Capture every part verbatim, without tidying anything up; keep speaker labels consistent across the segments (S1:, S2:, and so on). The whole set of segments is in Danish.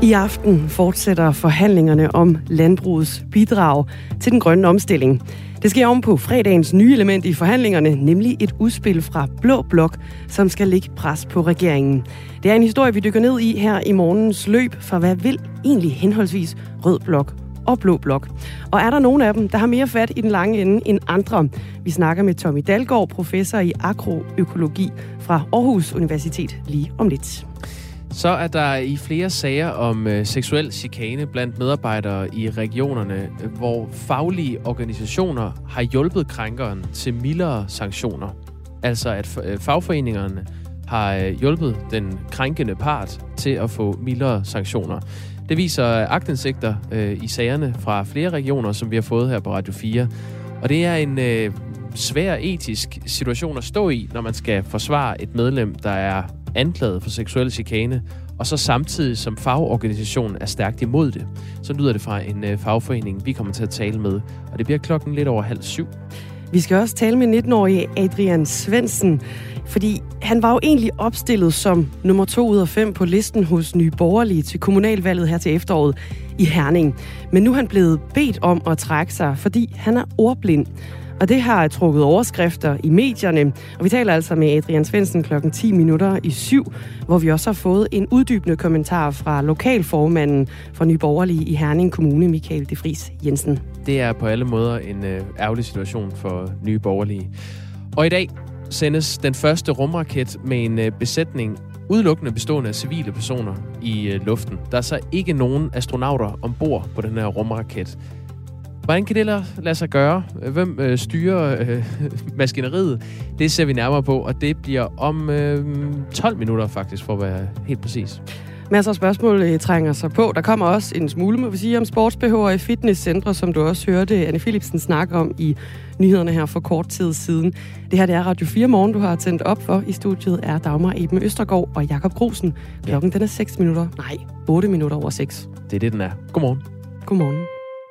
S1: I aften fortsætter forhandlingerne om landbrugets bidrag til den grønne omstilling. Det sker om på fredagens nye element i forhandlingerne, nemlig et udspil fra Blå Blok, som skal lægge pres på regeringen. Det er en historie, vi dykker ned i her i morgens løb, for hvad vil egentlig henholdsvis Rød Blok og Blå Blok? Og er der nogen af dem, der har mere fat i den lange ende end andre? Vi snakker med Tommy Dalgaard, professor i agroøkologi fra Aarhus Universitet, lige om lidt.
S2: Så er der i flere sager om øh, seksuel chikane blandt medarbejdere i regionerne, hvor faglige organisationer har hjulpet krænkeren til mildere sanktioner. Altså at øh, fagforeningerne har øh, hjulpet den krænkende part til at få mildere sanktioner. Det viser aktindsigter øh, i sagerne fra flere regioner, som vi har fået her på Radio fire. Og det er en øh, svær etisk situation at stå i, når man skal forsvare et medlem, der er anklaget for seksuel chikane, og så samtidig som fagorganisationen er stærkt imod det. Så lyder det fra en øh, fagforening, vi kommer til at tale med. Og det bliver klokken lidt over halv syv.
S1: Vi skal også tale med nitten-årige Adrian Svendsen, fordi han var jo egentlig opstillet som nummer to ud af fem på listen hos Nye Borgerlige til kommunalvalget her til efteråret i Herning. Men nu er han blevet bedt om at trække sig, fordi han er ordblind. Og det har trukket overskrifter i medierne. Og vi taler altså med Adrian Svendsen klokken ti minutter i syv, hvor vi også har fået en uddybende kommentar fra lokalformanden for Nye Borgerlige i Herning Kommune, Michael de Vries Jensen.
S2: Det er på alle måder en øh, ærgerlig situation for Nye Borgerlige. Og i dag sendes den første rumraket med en øh, besætning udelukkende bestående af civile personer i øh, luften. Der er så ikke nogen astronauter ombord på den her rumraket. Hvordan kan det lade sig gøre? Hvem øh, styrer øh, maskineriet? Det ser vi nærmere på, og det bliver om øh, tolv minutter faktisk, for at være helt præcis.
S1: Masser af spørgsmål øh, trænger sig på. Der kommer også en smule, må vi sige, om sports-B H'er i fitnesscentre, som du også hørte Anne Philipsen snakke om i nyhederne her for kort tid siden. Det her det er Radio fire Morgen, du har tændt op for. I studiet er Dagmar Eben Østergaard og Jakob Grusen. Klokken den er seks minutter. Nej, otte minutter over seks.
S2: Det er det, den er. Godmorgen.
S1: Godmorgen.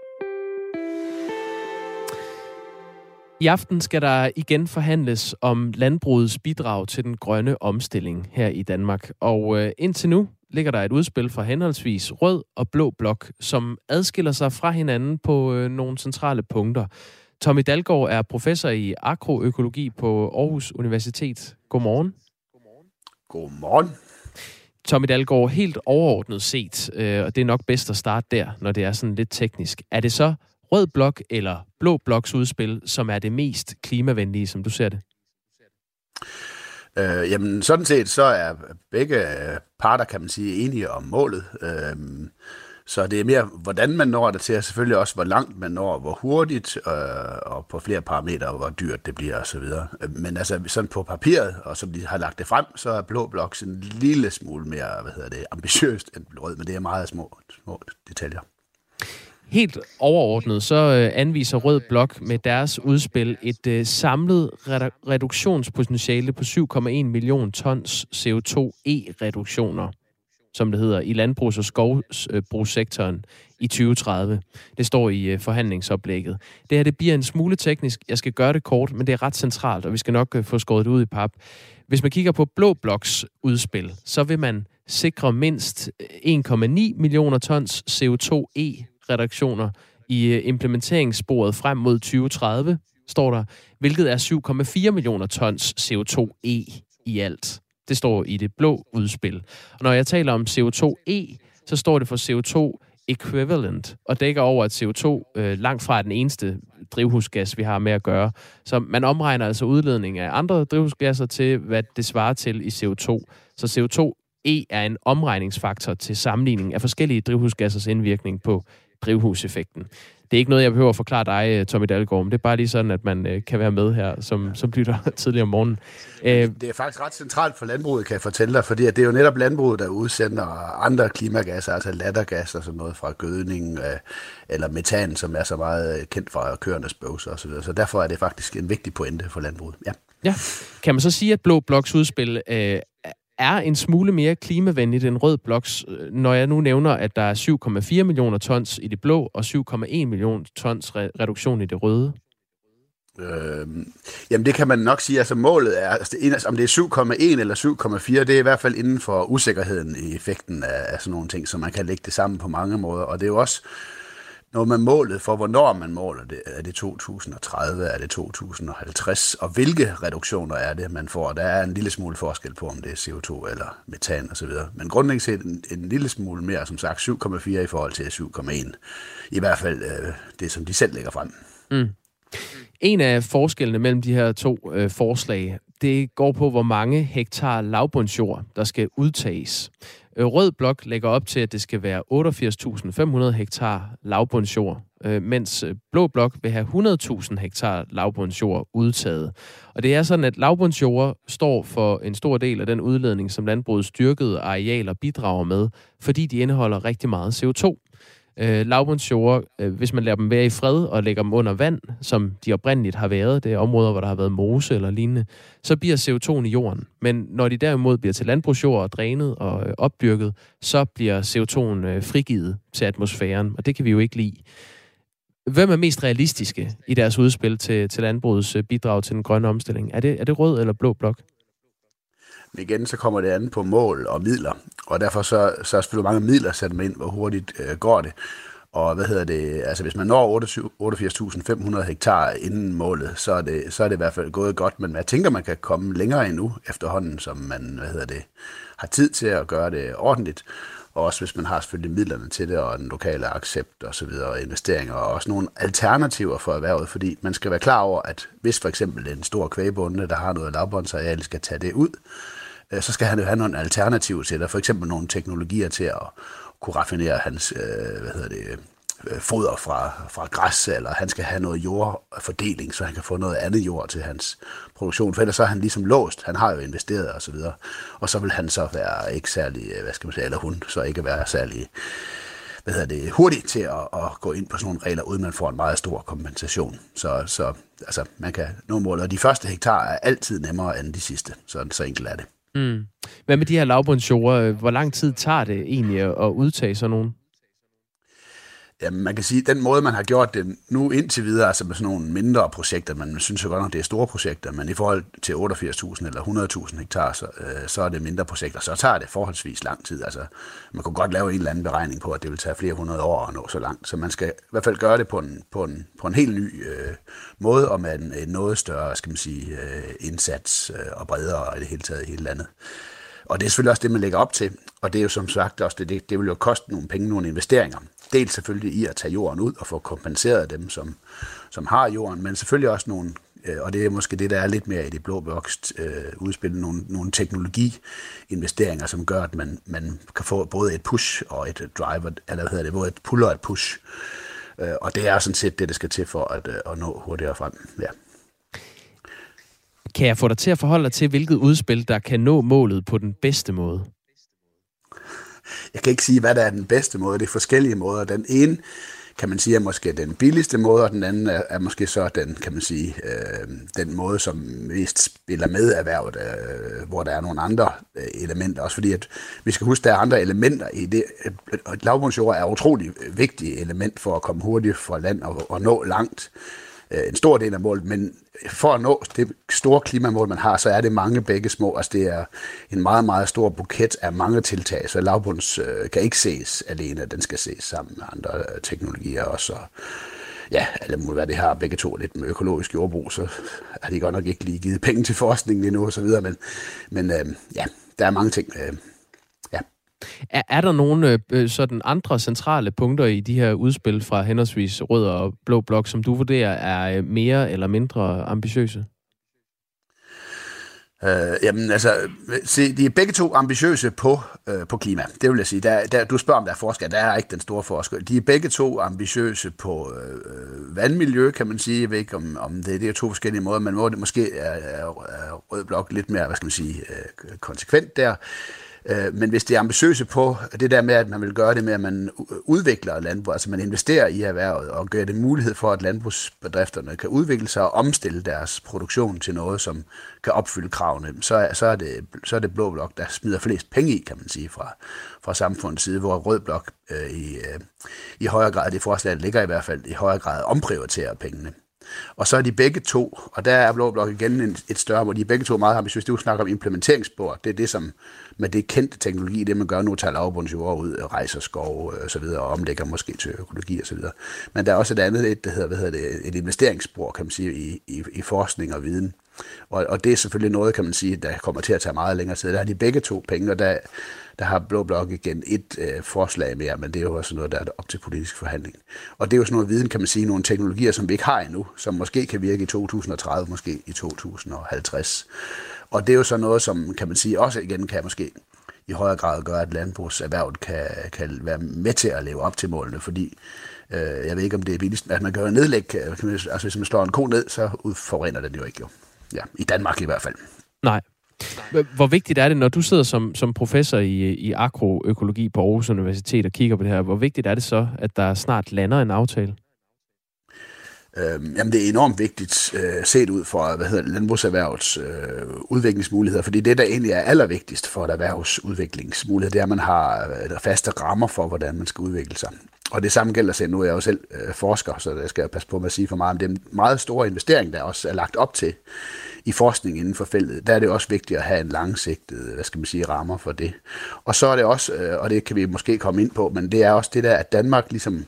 S2: I aften skal der igen forhandles om landbrugets bidrag til den grønne omstilling her i Danmark. Og øh, indtil nu ligger der et udspil fra henholdsvis Rød og Blå Blok, som adskiller sig fra hinanden på øh, nogle centrale punkter. Tommy Dalgaard er professor i agroøkologi på Aarhus Universitet. Godmorgen.
S3: Godmorgen.
S2: Tommy Dalgaard, helt overordnet set, øh, og det er nok bedst at starte der, når det er sådan lidt teknisk. Er det så Rød Blok eller Blå Bloks udspil, som er det mest klimavenlige, som du ser det?
S3: Øh, jamen, sådan set så er begge parter, kan man sige, enige om målet. Øh, så det er mere, hvordan man når det til, og selvfølgelig også, hvor langt man når, hvor hurtigt, øh, og på flere parametre, hvor dyrt det bliver osv. Men altså, sådan på papiret, og som de har lagt det frem, så er Blå Blok en lille smule mere, hvad hedder det, ambitiøst end Rød, men det er meget små, små detaljer.
S2: Helt overordnet, så øh, anviser Rød Blok med deres udspil et øh, samlet redu- reduktionspotentiale på syv komma en million tons C O to e-reduktioner, som det hedder, i landbrugs- og skovbrugssektoren i tyve tredive. Det står i øh, forhandlingsoplægget. Det her det bliver en smule teknisk. Jeg skal gøre det kort, men det er ret centralt, og vi skal nok øh, få skåret det ud i pap. Hvis man kigger på Blå Bloks udspil, så vil man sikre mindst en komma ni millioner tons C O to e reduktioner i implementeringssporet frem mod tyve tredive, står der, hvilket er syv komma fire millioner tons C O to e i alt. Det står i det blå udspil. Og når jeg taler om C O to e, så står det for C O to equivalent, og dækker over, at C O to øh, langt fra er den eneste drivhusgas, vi har med at gøre. Så man omregner altså udledning af andre drivhusgasser til, hvad det svarer til i C O to. Så C O to e er en omregningsfaktor til sammenligning af forskellige drivhusgassers indvirkning på drivhuseffekten. Det er ikke noget, jeg behøver at forklare dig, Tommy Dalgaard, men det er bare lige sådan, at man øh, kan være med her, som, som lytter tidligere om morgenen.
S3: Æh, det er faktisk ret centralt for landbruget, kan jeg fortælle dig, fordi det er jo netop landbruget, der udsender andre klimagasser, altså lattergasser, som noget fra gødning, øh, eller metan, som er så meget kendt fra køernes bøvser osv. Så derfor er det faktisk en vigtig pointe for landbruget. Ja.
S2: Ja. Kan man så sige, at Blå Bloks udspil øh, er en smule mere klimavenligt end Rød Bloks, når jeg nu nævner, at der er syv komma fire millioner tons i det blå og syv komma en millioner tons re- reduktion i det røde?
S3: Øh, jamen det kan man nok sige, altså målet er, altså, om det er syv komma en eller syv komma fire, det er i hvert fald inden for usikkerheden i effekten af, af sådan nogle ting, så man kan lægge det sammen på mange måder, og det er jo også noget med målet for, hvornår man måler det. Er det to tusind og tredive, er det to tusind og halvtreds, og hvilke reduktioner er det, man får? Der er en lille smule forskel på, om det er C O to eller metan osv., men grundlæggende set en, en lille smule mere, som sagt syv komma fire i forhold til syv komma en, i hvert fald øh, det, som de selv lægger frem.
S2: Mm. En af forskellene mellem de her to øh, forslag, det går på, hvor mange hektar lavbundsjord, der skal udtages. Rød blok lægger op til, at det skal være otteogfirs tusind fem hundrede hektar lavbundsjord, øh, mens blå blok vil have hundrede tusind hektar lavbundsjord udtaget. Og det er sådan, at lavbundsjord står for en stor del af den udledning, som landbrugets styrkede arealer bidrager med, fordi de indeholder rigtig meget C O to. Øh, lavbundsjord, øh, hvis man lader dem være i fred og lægger dem under vand, som de oprindeligt har været, det er områder, hvor der har været mose eller lignende, så bliver C O to i jorden. Men når de derimod bliver til landbrugsjord og drænet og øh, opdyrket, så bliver C O to øh, frigivet til atmosfæren, og det kan vi jo ikke lide. Hvem er mest realistiske i deres udspil til, til landbrugets øh, bidrag til den grønne omstilling? Er det, er det rød eller blå blok?
S3: Igen, så kommer det an på mål og midler, og derfor så, så er selvfølgelig mange midler sat med ind, hvor hurtigt øh, går det. Og hvad hedder det, altså hvis man når otteogfirs tusind fem hundrede hektar inden målet, så er, det, så er det i hvert fald gået godt, men jeg tænker, man kan komme længere endnu efterhånden, som man, hvad hedder det, har tid til at gøre det ordentligt. Og også hvis man har selvfølgelig midlerne til det, og den lokale accept og så videre, og investeringer, og også nogle alternativer for erhvervet, fordi man skal være klar over, at hvis for eksempel en stor kvægbonde, der har noget lavbundsareal, skal tage det ud, så skal han jo have nogle alternativer til det, for eksempel nogle teknologier til at kunne raffinere hans øh, hvad hedder det, foder fra, fra græs, eller han skal have noget jordfordeling, så han kan få noget andet jord til hans produktion, for ellers så er han ligesom låst, han har jo investeret og så videre, og så vil han så være ikke særlig, hvad skal man sige, eller hun så ikke være særlig, hvad hedder det, hurtigt til at, at gå ind på sådan nogle regler, uden man får en meget stor kompensation. Så, så altså, man kan nå målet, og de første hektar er altid nemmere end de sidste, så, så enkelt er det.
S2: Mm. Hvad med de her lavbundsjorder? Hvor lang tid tager det egentlig at udtage sådan nogle?
S3: Jamen, man kan sige, at den måde, man har gjort det nu indtil videre, altså med sådan nogle mindre projekter, man synes jo godt nok, det er store projekter, men i forhold til otteogfirs tusind eller hundrede tusind hektar, så, øh, så er det mindre projekter, så tager det forholdsvis lang tid. Altså, man kunne godt lave en eller anden beregning på, at det vil tage flere hundrede år at nå så langt, så man skal i hvert fald gøre det på en, på en, på en helt ny øh, måde, og med en, en noget større, skal man sige, øh, indsats øh, og bredere i det hele taget i hele landet. Og det er selvfølgelig også det, man lægger op til, og det er jo som sagt også, det, det, det vil jo koste nogle penge, nogle investeringer. Dels selvfølgelig i at tage jorden ud og få kompenseret dem, som, som har jorden, men selvfølgelig også nogle, øh, og det er måske det, der er lidt mere i det blå boks øh, udspil, nogle, nogle teknologiinvesteringer, som gør, at man, man kan få både et push og et drive, eller hvad hedder det, både et pull og et push. Øh, og det er sådan set det, der skal til for at, øh, at nå hurtigere frem. Ja.
S2: Kan jeg få dig til at forholde dig til, hvilket udspil, der kan nå målet på den bedste måde?
S3: Jeg kan ikke sige, hvad der er den bedste måde. Det er forskellige måder. Den ene, kan man sige, er måske den billigste måde, og den anden er, er måske så den, kan man sige, øh, den måde, som mest spiller med erhvervet, øh, hvor der er nogle andre øh, elementer. Også fordi, at vi skal huske, at der er andre elementer i det. Et lavbundsjord er et utroligt vigtigt element for at komme hurtigt fra land og, og nå langt. En stor del af målet, men for at nå det store klimamål, man har, så er det mange begge små. Altså det er en meget, meget stor buket af mange tiltag, så lavbunds øh, kan ikke ses alene, den skal ses sammen med andre øh, teknologier også. Og ja, alle må være det her begge to lidt med økologisk jordbrug, så har de godt nok ikke lige givet penge til forskningen endnu og så videre, men, men øh, ja, der er mange ting. Øh, ja.
S2: Er, er der nogle øh, sådan andre centrale punkter i de her udspil fra henholdsvis rød og blå blok, som du vurderer er mere eller mindre ambitiøse?
S3: Øh, jamen altså, se, de er begge to ambitiøse på, øh, på klima. Det vil jeg sige. Der, der, du spørger, om der er forskel. Der er ikke den store forskel. De er begge to ambitiøse på øh, vandmiljø, kan man sige. Jeg ved ikke, om, om det, det er to forskellige måder, men hvor det måske er, er, er rød blok lidt mere, hvad skal man sige, øh, konsekvent der. Men hvis det er ambitiøse på det der med, at man vil gøre det med, at man udvikler landbrug, altså man investerer i erhvervet og gør det mulighed for, at landbrugsbedrifterne kan udvikle sig og omstille deres produktion til noget, som kan opfylde kravene, så er, så er, det, så er det blå blok, der smider flest penge i, kan man sige, fra, fra samfundets side, hvor rød blok øh, i, øh, i højere grad, det forslag ligger i hvert fald, i højere grad omprioriterer pengene. Og så er de begge to, og der er Blå Blok igen en, et større, hvor de er begge to meget ambitiøse. Det er jo snakker om implementeringsspor. Det er det, som med det kendte teknologi, det man gør nu, tager lavbundsjord ud, rejser skov og så videre, og omlægger måske til økologi og så videre. Men der er også et andet, et, der hedder, hvad hedder det, et investeringsspor, kan man sige, i, i, i forskning og viden. Og, og det er selvfølgelig noget, kan man sige, der kommer til at tage meget længere tid. Der har de begge to penge, og der, der har Blå Blok igen et øh, forslag mere, men det er jo også noget, der er op til politisk forhandling. Og det er jo sådan noget viden, kan man sige, nogle teknologier, som vi ikke har endnu, som måske kan virke i to tusind og tredive, måske i to tusind og halvtreds. Og det er jo så noget, som kan man sige også igen kan måske i højere grad gøre, at landbrugserhvervet kan, kan være med til at leve op til målene, fordi øh, jeg ved ikke, om det er billigst, at man kan jo nedlægge, altså hvis man slår en ko ned, så forurener den jo ikke jo. Ja, i Danmark i hvert fald.
S2: Nej. Hvor vigtigt er det, når du sidder som, som professor i, i agroøkologi på Aarhus Universitet og kigger på det her, hvor vigtigt er det så, at der snart lander en aftale?
S3: Øhm, jamen det er enormt vigtigt øh, set ud fra hvad hedder det, landbrugserhvervets øh, udviklingsmuligheder, fordi det, der egentlig er allervigtigst for et erhvervs udviklingsmuligheder, det er, at man har øh, faste rammer for, hvordan man skal udvikle sig. Og det samme gælder selv, nu er jeg jo selv øh, forsker, så det skal jeg passe på med at sige for meget, men det er en meget stor investering, der også er lagt op til i forskning inden for feltet. Der er det også vigtigt at have en langsigtet, hvad skal man sige, rammer for det. Og så er det også, øh, og det kan vi måske komme ind på, men det er også det der, at Danmark ligesom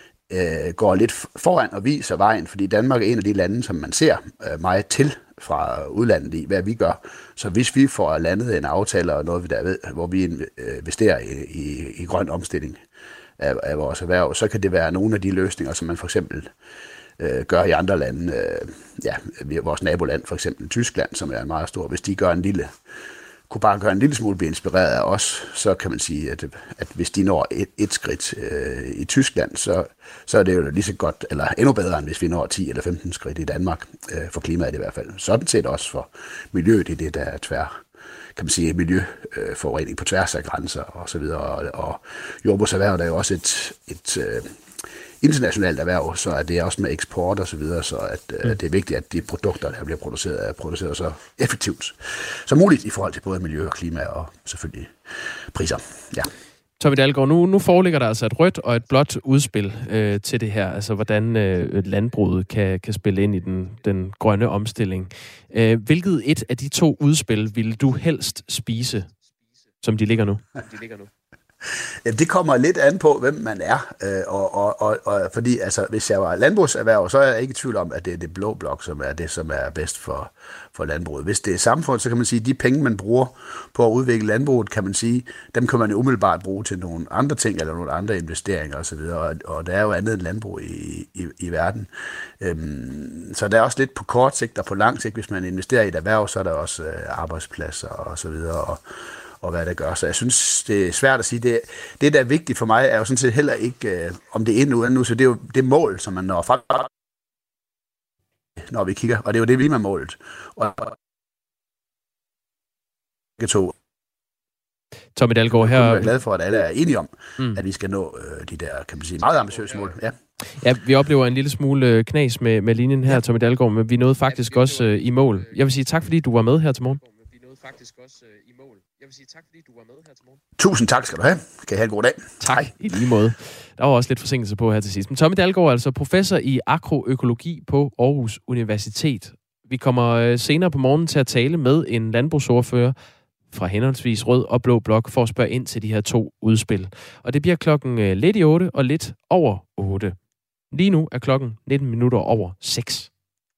S3: øh, går lidt foran og viser vejen, fordi Danmark er en af de lande, som man ser øh, meget til fra udlandet i, hvad vi gør. Så hvis vi får landet en aftale og noget, der ved, hvor vi investerer i, i, i grøn omstilling af, af vores erhverv, så kan det være nogle af de løsninger, som man for eksempel øh, gør i andre lande. Øh, ja, vores naboland, for eksempel Tyskland, som er meget stor. Hvis de gør en lille, kunne bare gøre en lille smule blive inspireret af os, så kan man sige, at, at hvis de når et, et skridt øh, i Tyskland, så, så er det jo lige så godt, eller endnu bedre, end hvis vi når ti eller femten skridt i Danmark, øh, for klimaet i hvert fald. Sådan set også for miljøet i det, der er tvær, kan man sige, miljøforurening på tværs af grænser og så videre. Og, og jordbrugserhvervet er jo også et, et øh, internationalt erhverv, så er det også med eksport og så videre, så at, mm. det er vigtigt, at de produkter, der bliver produceret, er produceret så effektivt som muligt i forhold til både miljø og klima og selvfølgelig priser. Ja.
S2: Tommy Dalgaard, nu, nu foreligger der altså et rødt og et blåt udspil øh, til det her, altså hvordan øh, landbruget kan, kan spille ind i den, den grønne omstilling. Øh, hvilket et af de to udspil ville du helst spise, som de ligger nu? de ligger nu?
S3: Ja, det kommer lidt an på, hvem man er, øh, og, og, og, og fordi altså, hvis jeg var landbrugserhverv, så er jeg ikke i tvivl om, at det er det blå blok, som er det, som er bedst for, for landbruget. Hvis det er samfund, så kan man sige, at de penge, man bruger på at udvikle landbruget, kan man sige, dem kan man jo umiddelbart bruge til nogle andre ting, eller nogle andre investeringer osv., og, og der er jo andet end landbrug i, i, i verden. Øhm, så der er også lidt på kort sigt og på lang sigt, hvis man investerer i et erhverv, så er der også øh, arbejdspladser og så videre, og og hvad det gør. Så jeg synes, det er svært at sige. Det, det der er vigtigt for mig, er jo sådan set heller ikke, øh, om det er ind uden nu, så det er jo det mål, som man når frem, når vi kigger, og det er jo det, vi er målet. Og to.
S2: Tommy Dalgaard her.
S3: Jeg er glad for, at alle er enige om, mm. at vi skal nå øh, de der, kan man sige, meget ambitiøse mål. Ja.
S2: Ja, vi oplever en lille smule knas med, med linjen her, ja. Tommy Dalgaard, men vi nåede faktisk ja, også øh, i mål. Jeg vil sige tak, fordi du var med her til morgen. Vi nåede faktisk også øh, i mål. Jeg vil sige tak, fordi du var med her til morgen.
S3: Tusind tak skal du have. Kan I have en god dag.
S2: Tak, Hej. I lige måde. Der var også lidt forsinkelse på her til sidst. Men Tommy Dalgaard er altså professor i agroøkologi på Aarhus Universitet. Vi kommer senere på morgenen til at tale med en landbrugsordfører fra henholdsvis rød og blå blok for at spørge ind til de her to udspil. Og det bliver klokken lidt i otte og lidt over otte. Lige nu er klokken nitten minutter over seks.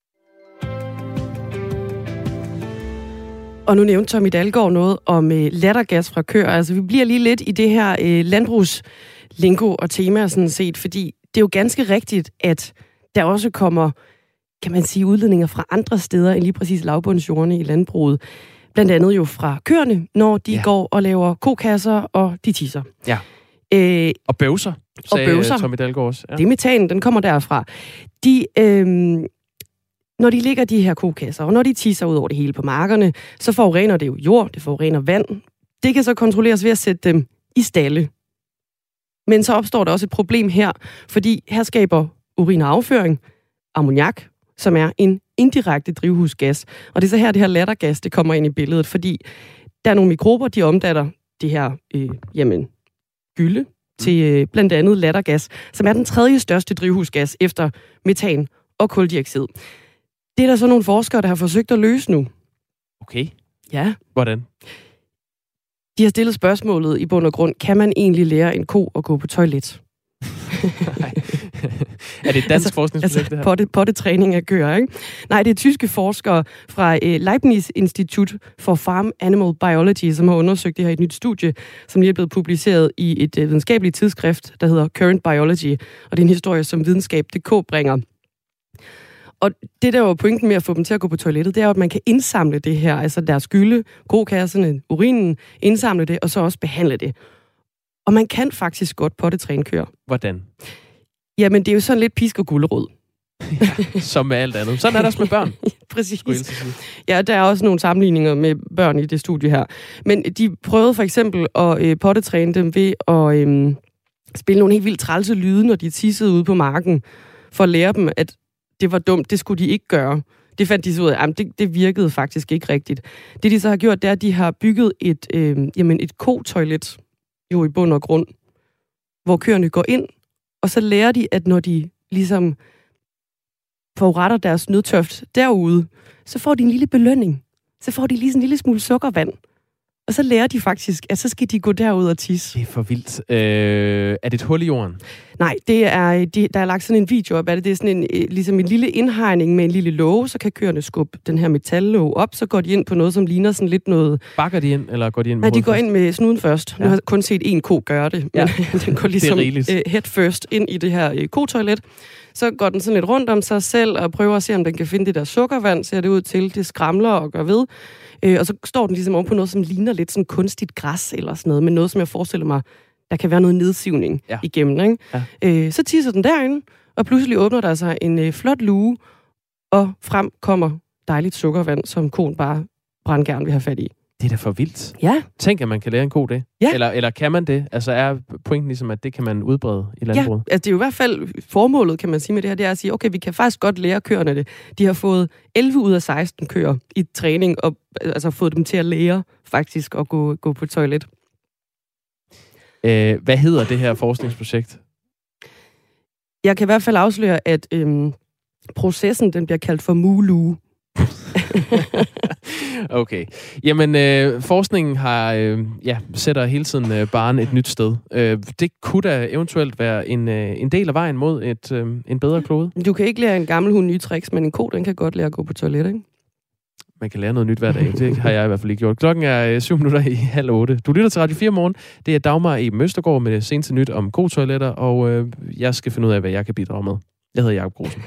S1: Og nu nævnte Tommy Dalgaard noget om øh, lattergas fra køer. Altså, vi bliver lige lidt i det her øh, landbrugslingo og tema sådan set, fordi det er jo ganske rigtigt, at der også kommer, kan man sige, udledninger fra andre steder end lige præcis lavbundsjordene i landbruget. Blandt andet jo fra køerne, når de ja. går og laver kokasser, og de tisser.
S2: Ja. Øh, og bøvser, sagde
S1: og bøvser.
S2: Tommy Dalgaard også. Ja.
S1: Det er metanen, den kommer derfra. De... Øh, Når de ligger de her kokasser, og når de tisser ud over det hele på markerne, så forurener det jo jord, det forurener vand. Det kan så kontrolleres ved at sætte dem i stalle. Men så opstår der også et problem her, fordi her skaber urin og afføring ammoniak, som er en indirekte drivhusgas. Og det er så her, det her lattergas, det kommer ind i billedet, fordi der er nogle mikrober, de omdanner det her, øh, jamen, gylde til øh, blandt andet lattergas, som er den tredje største drivhusgas efter metan og kuldioxid. Det er der så nogle forskere, der har forsøgt at løse nu.
S2: Okay.
S1: Ja.
S2: Hvordan?
S1: De har stillet spørgsmålet i bund og grund, kan man egentlig lære en ko at gå på toilet?
S2: Er det et dansk altså, forskningsprojekt,
S1: altså,
S2: det her?
S1: Potte, pottetræning af køer, ikke? Nej, det er tyske forskere fra eh, Leibniz Institute for Farm Animal Biology, som har undersøgt det her i et nyt studie, som lige er blevet publiceret i et eh, videnskabeligt tidsskrift, der hedder Current Biology, og det er en historie, som videnskab punktum d k bringer. Og det, der var pointen med at få dem til at gå på toilettet, det er, at man kan indsamle det her, altså deres gylde, kokasserne, urinen, indsamle det, og så også behandle det. Og man kan faktisk godt pottetræne køer.
S2: Hvordan?
S1: Jamen, det er jo sådan lidt pisk og gulerod.
S2: Ja, som med alt andet. Sådan er der også med børn.
S1: Præcis. Ja, der er også nogle sammenligninger med børn i det studie her. Men de prøvede for eksempel at øh, pottetræne dem ved at øh, spille nogle helt vildt trælse lyde, når de tissede ude på marken, for at lære dem, at det var dumt, det skulle de ikke gøre. Det fandt de så ud af, at det, det virkede faktisk ikke rigtigt. Det, de så har gjort, det er, at de har bygget et, øh, jamen et ko-toilet, jo i bund og grund, hvor køerne går ind, og så lærer de, at når de ligesom foruretter deres nødtørft derude, så får de en lille belønning. Så får de lige sådan en lille smule sukkervand. Og så lærer de faktisk, at så skal de gå derud og tisse.
S2: Det er for vildt. Øh, er det et hul i jorden?
S1: Nej, det er, de, der er lagt sådan en video op af det. Det er sådan en, ligesom en lille indhegning med en lille låge, så kan køerne skubbe den her metallåge op, så går de ind på noget, som ligner sådan lidt noget...
S2: Bakker de ind, eller går de ind med
S1: Nej, de går ind med snuden først. Ja. Nu har jeg kun set en ko gøre det, men ja. Den går ligesom head first ind i det her ko-toilet. Så går den sådan lidt rundt om sig selv og prøver at se, om den kan finde det der sukkervand, ser det ud til. Det skramler og gør ved. Øh, og så står den ligesom oven på noget, som ligner lidt sådan kunstigt græs eller sådan noget, men noget, som jeg forestiller mig, der kan være noget nedsivning ja. igennem. Ikke? Ja. Øh, så tisser den derinde, og pludselig åbner der sig en øh, flot luge, og frem kommer dejligt sukkervand, som koen bare brandgern vil have fat i.
S2: Det er da for vildt.
S1: Ja.
S2: Tænk, at man kan lære en ko det.
S1: Ja.
S2: Eller, eller kan man det? Altså er pointen ligesom, at det kan man udbrede i landbruget?
S1: Ja, altså det er jo i hvert fald formålet, kan man sige med det her, det er at sige, okay, vi kan faktisk godt lære køerne det. De har fået elleve ud af seksten køer i træning, og altså fået dem til at lære faktisk at gå, gå på toilet.
S2: Øh, hvad hedder det her forskningsprojekt?
S1: Jeg kan i hvert fald afsløre, at øhm, processen, den bliver kaldt for Mulu.
S2: Okay. Jamen, øh, forskningen har, øh, ja, sætter hele tiden øh, barn et nyt sted. Øh, det kunne da eventuelt være en, øh, en del af vejen mod et, øh, en bedre klode.
S1: Du kan ikke lære en gammel hund nye tricks, men en ko, den kan godt lære at gå på toilet, ikke?
S2: Man kan lære noget nyt hver dag. Det har jeg i hvert fald ikke gjort. Klokken er øh, syv minutter i halv otte. Du lytter til Radio fire morgen. Det er Dagmar i Østergaard med det seneste nyt om ko-toiletter, og øh, jeg skal finde ud af, hvad jeg kan bidrage med. Jeg hedder Jacob Grosen.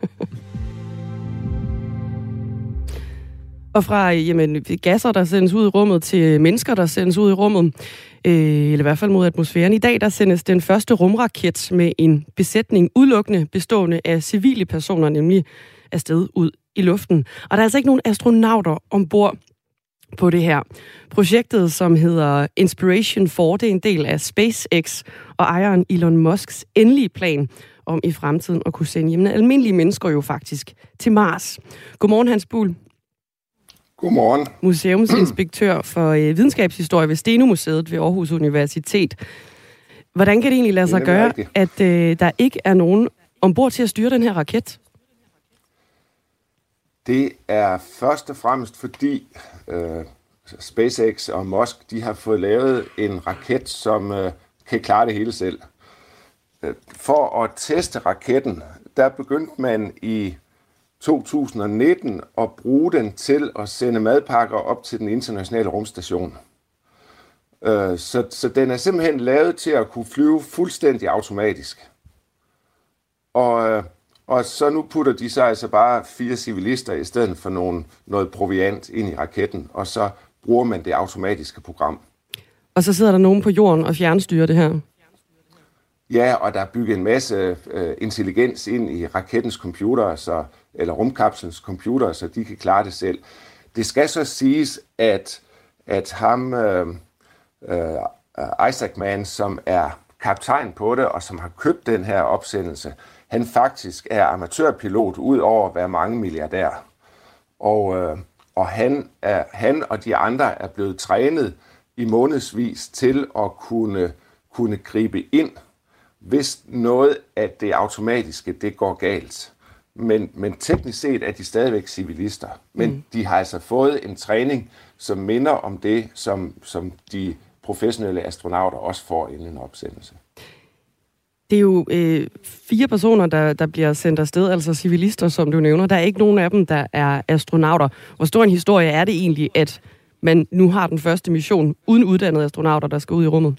S1: Og fra jamen, gasser, der sendes ud i rummet, til mennesker, der sendes ud i rummet, øh, eller i hvert fald mod atmosfæren. I dag, der sendes den første rumraket med en besætning udelukkende bestående af civile personer, nemlig afsted ud i luften. Og der er altså ikke nogen astronauter ombord på det her. Projektet, som hedder Inspiration fire, det er en del af SpaceX og ejeren Elon Musks endelige plan om i fremtiden at kunne sende jamen, almindelige mennesker jo faktisk til Mars. Godmorgen, Hans Buhl.
S4: Godmorgen.
S1: Museumsinspektør for øh, videnskabshistorie ved Steno-museet ved Aarhus Universitet. Hvordan kan det egentlig lade sig gøre, rigtigt. at øh, der ikke er nogen ombord til at styre den her raket?
S4: Det er først og fremmest fordi øh, SpaceX og Musk de har fået lavet en raket, som øh, kan klare det hele selv. For at teste raketten, der begyndte man i to tusind nitten at bruge den til at sende madpakker op til den internationale rumstation. Så, så den er simpelthen lavet til at kunne flyve fuldstændig automatisk. Og, og så nu putter de så altså bare fire civilister i stedet for nogle, noget proviant ind i raketten, og så bruger man det automatiske program.
S1: Og så sidder der nogen på jorden og fjernstyrer det her?
S4: Ja, og der er bygget en masse øh, intelligens ind i rakettens computer, så, eller rumkapslens computer, så de kan klare det selv. Det skal så siges, at, at ham, øh, øh, Isaac Mann, som er kaptajn på det, og som har købt den her opsendelse, han faktisk er amatørpilot, ud over at være mange milliardær. Og, øh, og han, er, han og de andre er blevet trænet i månedsvis til at kunne, kunne gribe ind, hvis noget af det automatiske, det går galt. men, men teknisk set er de stadigvæk civilister. Men mm. de har altså fået en træning, som minder om det, som, som de professionelle astronauter også får inden en opsendelse.
S1: Det er jo øh, fire personer, der, der bliver sendt afsted, altså civilister, som du nævner. Der er ikke nogen af dem, der er astronauter. Hvor stor en historie er det egentlig, at man nu har den første mission uden uddannede astronauter, der skal ud i rummet?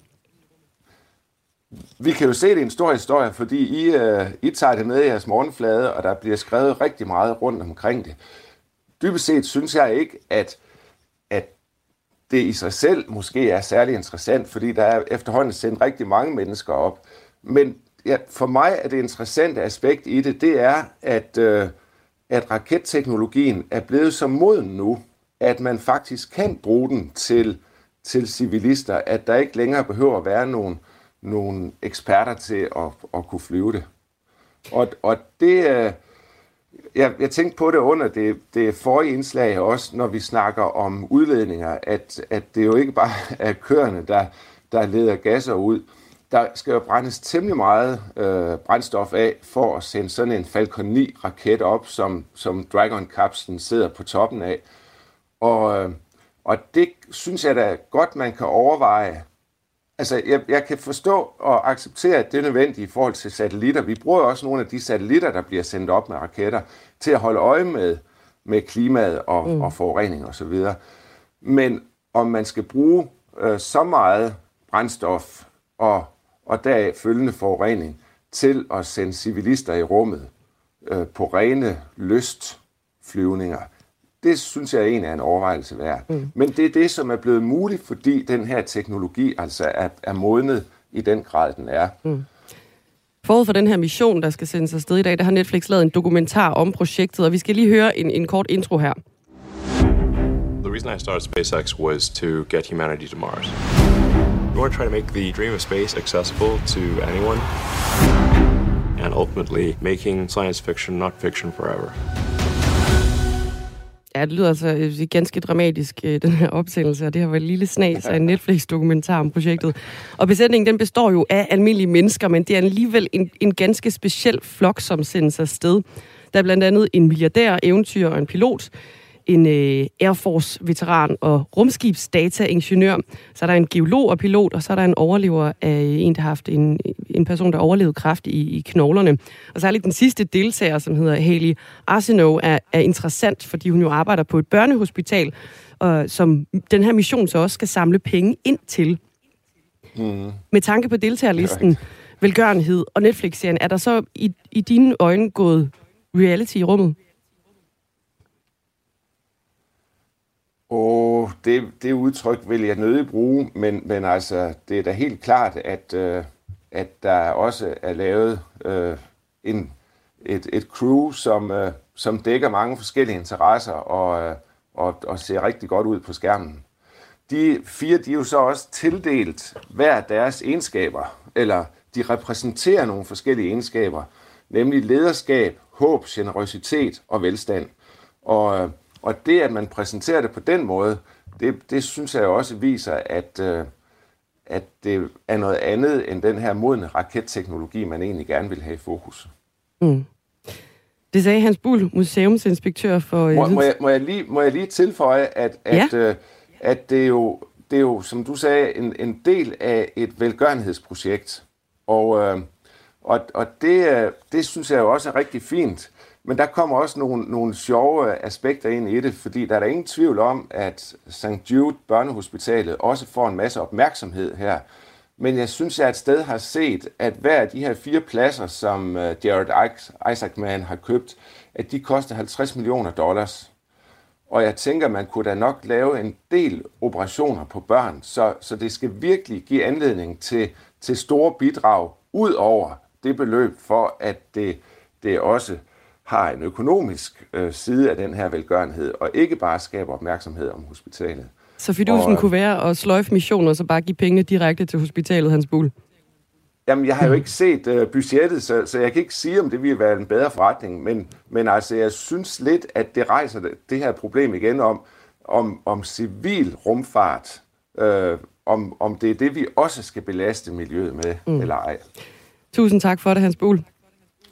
S4: Vi kan jo se, det er en stor historie, fordi I, uh, I tager det med i jeres morgenflade, og der bliver skrevet rigtig meget rundt omkring det. Dybest set synes jeg ikke, at, at det i sig selv måske er særlig interessant, fordi der er efterhånden sendt rigtig mange mennesker op. Men ja, for mig er det interessante aspekt i det, det er, at, uh, at raketteknologien er blevet så moden nu, at man faktisk kan bruge den til, til civilister, at der ikke længere behøver at være nogen nogle eksperter til at, at kunne flyve det. Og, og det, jeg, jeg tænkte på det under det, det forrige indslag også, når vi snakker om udledninger, at, at det jo ikke bare er køerne, der, der leder gasser ud. Der skal jo brændes temmelig meget øh, brændstof af for at sende sådan en Falcon ni raket op, som, som Dragon-kapslen sidder på toppen af. Og, og det synes jeg da godt, man kan overveje. Altså, jeg, jeg kan forstå og acceptere, at det er nødvendigt i forhold til satellitter. Vi bruger også nogle af de satellitter, der bliver sendt op med raketter, til at holde øje med, med klimaet og, mm. og forurening og så videre. Men om man skal bruge øh, så meget brændstof og, og deraf følgende forurening til at sende civilister i rummet øh, på rene lystflyvninger, det synes jeg egentlig er en overvejelse værd. Mm. Men det er det, som er blevet muligt, fordi den her teknologi altså er, er modnet i den grad, den er. Mm.
S1: Forud for den her mission, der skal sendes afsted i dag, der har Netflix lavet en dokumentar om projektet, og vi skal lige høre en, en kort intro her.
S5: The reason I started SpaceX was to get humanity to Mars. We want to try to make the dream of space accessible to anyone, and ultimately making science fiction not fiction forever.
S1: Ja, det lyder altså ganske dramatisk, den her opsendelse, og det har været et lille snas af en Netflix-dokumentar om projektet. Og besætningen, den består jo af almindelige mennesker, men det er alligevel en, en ganske speciel flok, som sendes afsted. Der er blandt andet en milliardær, eventyr og en pilot, en øh, Air Force-veteran og rumskibsdata-ingeniør. Så er der en geolog og pilot, og så er der en overlever af en, der har haft en, en person, der overlevede kræft i, i knoglerne. Og særligt den sidste deltager, som hedder Haley Arsenault, er, er interessant, fordi hun jo arbejder på et børnehospital, og som den her mission så også skal samle penge ind til. Mm. Med tanke på deltagerlisten, velgørenhed og Netflix-serien, er der så i, i dine øjne gået reality i rummet?
S4: Og det, det udtryk vil jeg nødig bruge, men, men altså, det er da helt klart, at, øh, at der også er lavet øh, en, et, et crew, som, øh, som dækker mange forskellige interesser og, øh, og, og ser rigtig godt ud på skærmen. De fire, de er jo så også tildelt hver deres egenskaber, eller de repræsenterer nogle forskellige egenskaber, nemlig lederskab, håb, generøsitet og velstand. Og Og det, at man præsenterer det på den måde, det, det synes jeg også viser, at, øh, at det er noget andet end den her modne raketteknologi, man egentlig gerne vil have i fokus. Mm.
S1: Det sagde Hans Buhl, museumsinspektør for...
S4: Må, må, jeg, må, jeg, lige, må jeg lige tilføje, at, ja. at, øh, at det, er jo, det er jo, som du sagde, en, en del af et velgørenhedsprojekt. Og, øh, og, og det, det synes jeg jo også er rigtig fint. Men der kommer også nogle, nogle sjove aspekter ind i det, fordi der er der ingen tvivl om, at Sankt Jude Børnehospitalet også får en masse opmærksomhed her. Men jeg synes, jeg et sted har set, at hver af de her fire pladser, som Jared Isaacman har købt, at de koster halvtreds millioner dollars. Og jeg tænker, man kunne da nok lave en del operationer på børn, så, så det skal virkelig give anledning til, til store bidrag ud over det beløb, for at det, det også har en økonomisk øh, side af den her velgørenhed, og ikke bare skaber opmærksomhed om hospitalet.
S1: Så fidusen og, kunne være at sløjfe missioner, og så bare give pengene direkte til hospitalet, Hans Buhl?
S4: Jamen, jeg har jo ikke set øh, budgettet, så, så jeg kan ikke sige, om det ville være en bedre forretning, men, men altså, jeg synes lidt, at det rejser det, det her problem igen om, om, om civil rumfart, øh, om, om det er det, vi også skal belaste miljøet med, mm. eller ej.
S1: Tusind tak for det, Hans Buhl.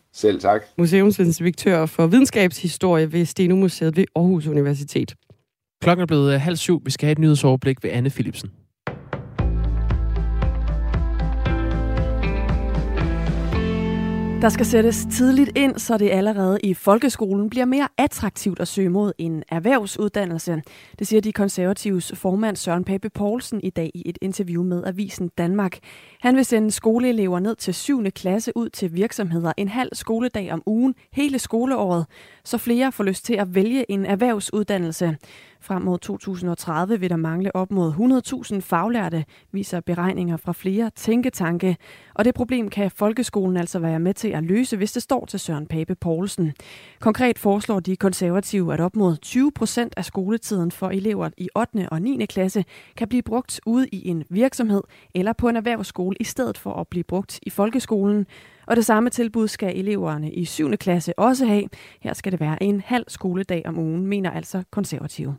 S4: Selv tak.
S1: Museumsinspektør for videnskabshistorie ved Steno-museet ved Aarhus Universitet.
S2: Klokken er blevet halv syv. Vi skal have et nyhedsoverblik ved Anne Philipsen.
S6: Der skal sættes tidligt ind, så det allerede i folkeskolen bliver mere attraktivt at søge mod en erhvervsuddannelse. Det siger de konservatives formand Søren Pape Poulsen i dag i et interview med Avisen Danmark. Han vil sende skoleelever ned til syvende klasse ud til virksomheder en halv skoledag om ugen hele skoleåret, så flere får lyst til at vælge en erhvervsuddannelse. Frem mod to tusind og tredive vil der mangle op mod hundrede tusind faglærte, viser beregninger fra flere tænketanke. Og det problem kan folkeskolen altså være med til at løse, hvis det står til Søren Pape Poulsen. Konkret foreslår de konservative, at op mod tyve procent af skoletiden for elever i ottende og niende klasse kan blive brugt ude i en virksomhed eller på en erhvervsskole i stedet for at blive brugt i folkeskolen. Og det samme tilbud skal eleverne i syvende klasse også have. Her skal det være en halv skoledag om ugen, mener altså konservative.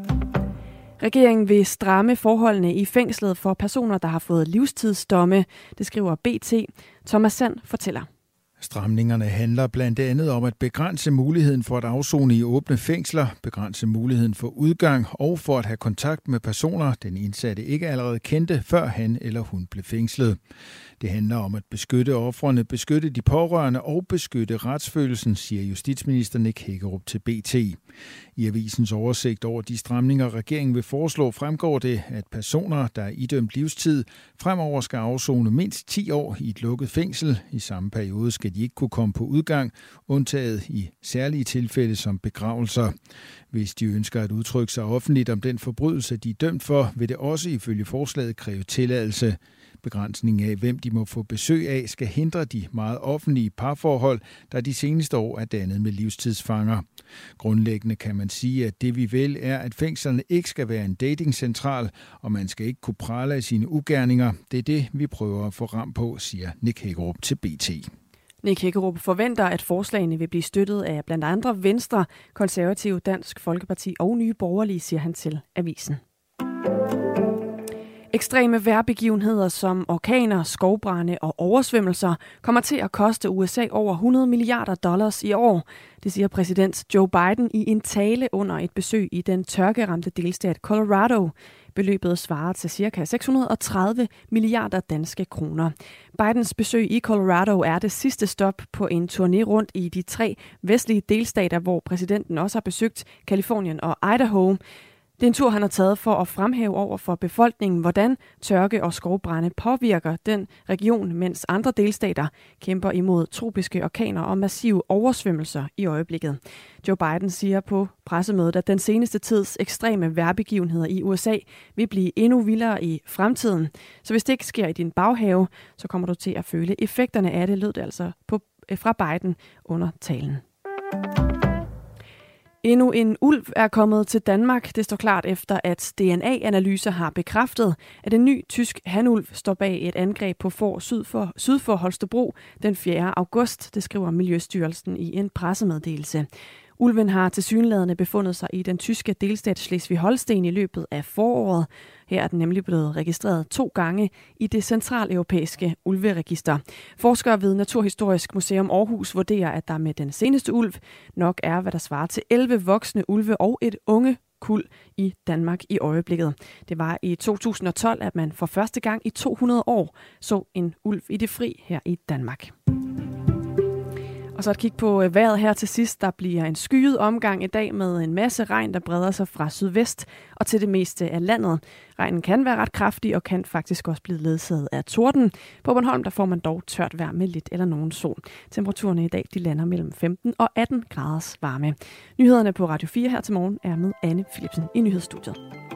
S6: Regeringen vil stramme forholdene i fængslet for personer, der har fået livstidsdomme. Det skriver B T. Thomas Sand fortæller.
S7: Stramningerne handler blandt andet om at begrænse muligheden for at afsone i åbne fængsler, begrænse muligheden for udgang og for at have kontakt med personer, den indsatte ikke allerede kendte, før han eller hun blev fængslet. Det handler om at beskytte ofrene, beskytte de pårørende og beskytte retsfølelsen, siger justitsminister Nick Hækkerup til B T. I avisens oversigt over de stramninger, regeringen vil foreslå, fremgår det, at personer, der er idømt livstid, fremover skal afsone mindst ti år i et lukket fængsel. I samme periode skal de ikke kunne komme på udgang, undtaget i særlige tilfælde som begravelser. Hvis de ønsker at udtrykke sig offentligt om den forbrydelse, de er dømt for, vil det også ifølge forslaget kræve tilladelse. Begrænsningen af, hvem de må få besøg af, skal hindre de meget offentlige parforhold, der de seneste år er dannet med livstidsfanger. Grundlæggende kan man sige, at det vi vil er, at fængslerne ikke skal være en datingcentral, og man skal ikke kunne prale af sine ugerninger. Det er det, vi prøver at få ram på, siger Nick Hækkerup til B T.
S6: Nick Hækkerup forventer, at forslagene vil blive støttet af blandt andre Venstre, Konservative, Dansk Folkeparti og Nye Borgerlige, siger han til avisen. Ekstreme vejrbegivenheder som orkaner, skovbrande og oversvømmelser kommer til at koste U S A over hundrede milliarder dollars i år. Det siger præsident Joe Biden i en tale under et besøg i den tørkeramte delstat Colorado. Beløbet svarer til ca. seks hundrede og tredive milliarder danske kroner. Bidens besøg i Colorado er det sidste stop på en turné rundt i de tre vestlige delstater, hvor præsidenten også har besøgt Kalifornien og Idaho. Det er en tur, han har taget for at fremhæve over for befolkningen, hvordan tørke og skovbrænde påvirker den region, mens andre delstater kæmper imod tropiske orkaner og massive oversvømmelser i øjeblikket. Joe Biden siger på pressemødet, at den seneste tids ekstreme vejrbegivenheder i U S A vil blive endnu vildere i fremtiden. Så hvis det ikke sker i din baghave, så kommer du til at føle effekterne af det, lød det altså på, fra Biden under talen. Endnu en ulv er kommet til Danmark. Det står klart efter, at D N A-analyser har bekræftet, at en ny tysk hanulv står bag et angreb på får syd for, syd for Holstebro den fjerde august. Det skriver Miljøstyrelsen i en pressemeddelelse. Ulven har tilsyneladende befundet sig i den tyske delstat Slesvig-Holsten i løbet af foråret. Her er den nemlig blevet registreret to gange i det centraleuropæiske ulveregister. Forskere ved Naturhistorisk Museum Aarhus vurderer, at der med den seneste ulv nok er, hvad der svarer til elleve voksne ulve og et unge kuld i Danmark i øjeblikket. Det var i to tusind og tolv, at man for første gang i to hundrede år så en ulv i det fri her i Danmark. Og så et kig på vejret her til sidst. Der bliver en skyet omgang i dag med en masse regn, der breder sig fra sydvest og til det meste af landet. Regnen kan være ret kraftig og kan faktisk også blive ledsaget af torden. På Bornholm der får man dog tørt vejr med lidt eller nogen sol. Temperaturerne i dag de lander mellem femten og atten graders varme. Nyhederne på Radio fire her til morgen er med Anne Philipsen i nyhedsstudiet.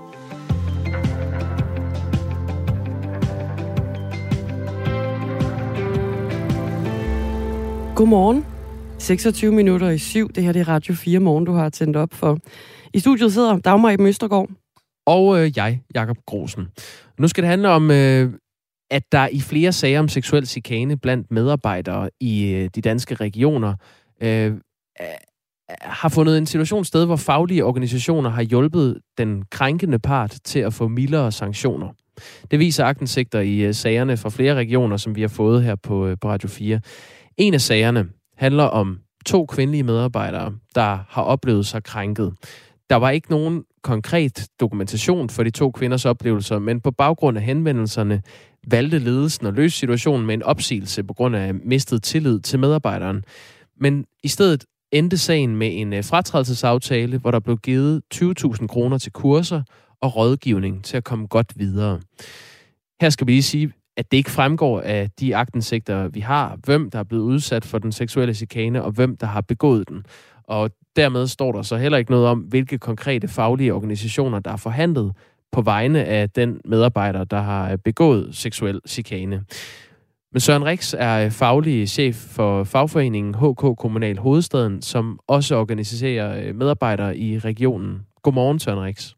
S1: Godmorgen. seksogtyve minutter i syv. Det her det er Radio fire Morgen, du har tændt op for. I studiet sidder Dagmar Eben Østergaard.
S2: Og øh, jeg, Jakob Grosen. Nu skal det handle om, øh, at der i flere sager om seksuel chikane blandt medarbejdere i øh, de danske regioner øh, har fundet en situation sted, hvor faglige organisationer har hjulpet den krænkende part til at få mildere sanktioner. Det viser aktindsigter i øh, sagerne fra flere regioner, som vi har fået her på, øh, på Radio fire. En af sagerne handler om to kvindelige medarbejdere, der har oplevet sig krænket. Der var ikke nogen konkret dokumentation for de to kvinders oplevelser, men på baggrund af henvendelserne valgte ledelsen at løse situationen med en opsigelse på grund af mistet tillid til medarbejderen. Men i stedet endte sagen med en fratrædelsesaftale, hvor der blev givet tyve tusind kroner til kurser og rådgivning til at komme godt videre. Her skal vi lige sige, at det ikke fremgår af de aktindsigter, vi har, hvem der er blevet udsat for den seksuelle chikane, og hvem der har begået den. Og dermed står der så heller ikke noget om, hvilke konkrete faglige organisationer, der er forhandlet på vegne af den medarbejder, der har begået seksuel chikane. Men Søren Rix er faglig chef for fagforeningen H K Kommunal Hovedstaden, som også organiserer medarbejdere i regionen. Godmorgen, Søren Rix.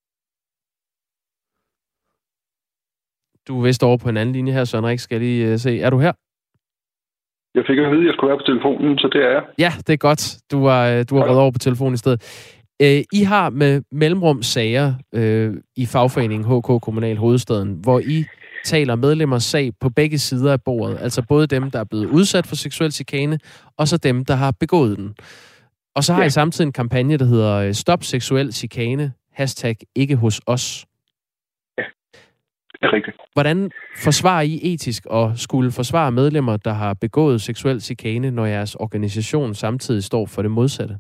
S2: Du er vist over på en anden linje her, Søren Rix. Skal jeg lige se. Er du her?
S8: Jeg fik at vide, at jeg skulle være på telefonen, så det er jeg. Ja,
S2: det er godt. Du har, du har været over på telefonen i stedet. I har med mellemrum sager øh, i fagforeningen H K Kommunal Hovedstaden, hvor I taler medlemmers sag på begge sider af bordet. Altså både dem, der er blevet udsat for seksuel chikane, og så dem, der har begået den. Og så har ja. I samtidig en kampagne, der hedder Stop seksuel chikane, hashtag ikke hos os.
S8: Ja, det er rigtigt.
S2: Hvordan forsvarer I etisk og skulle forsvare medlemmer, der har begået seksuel chikane, når jeres organisation samtidig står for det modsatte?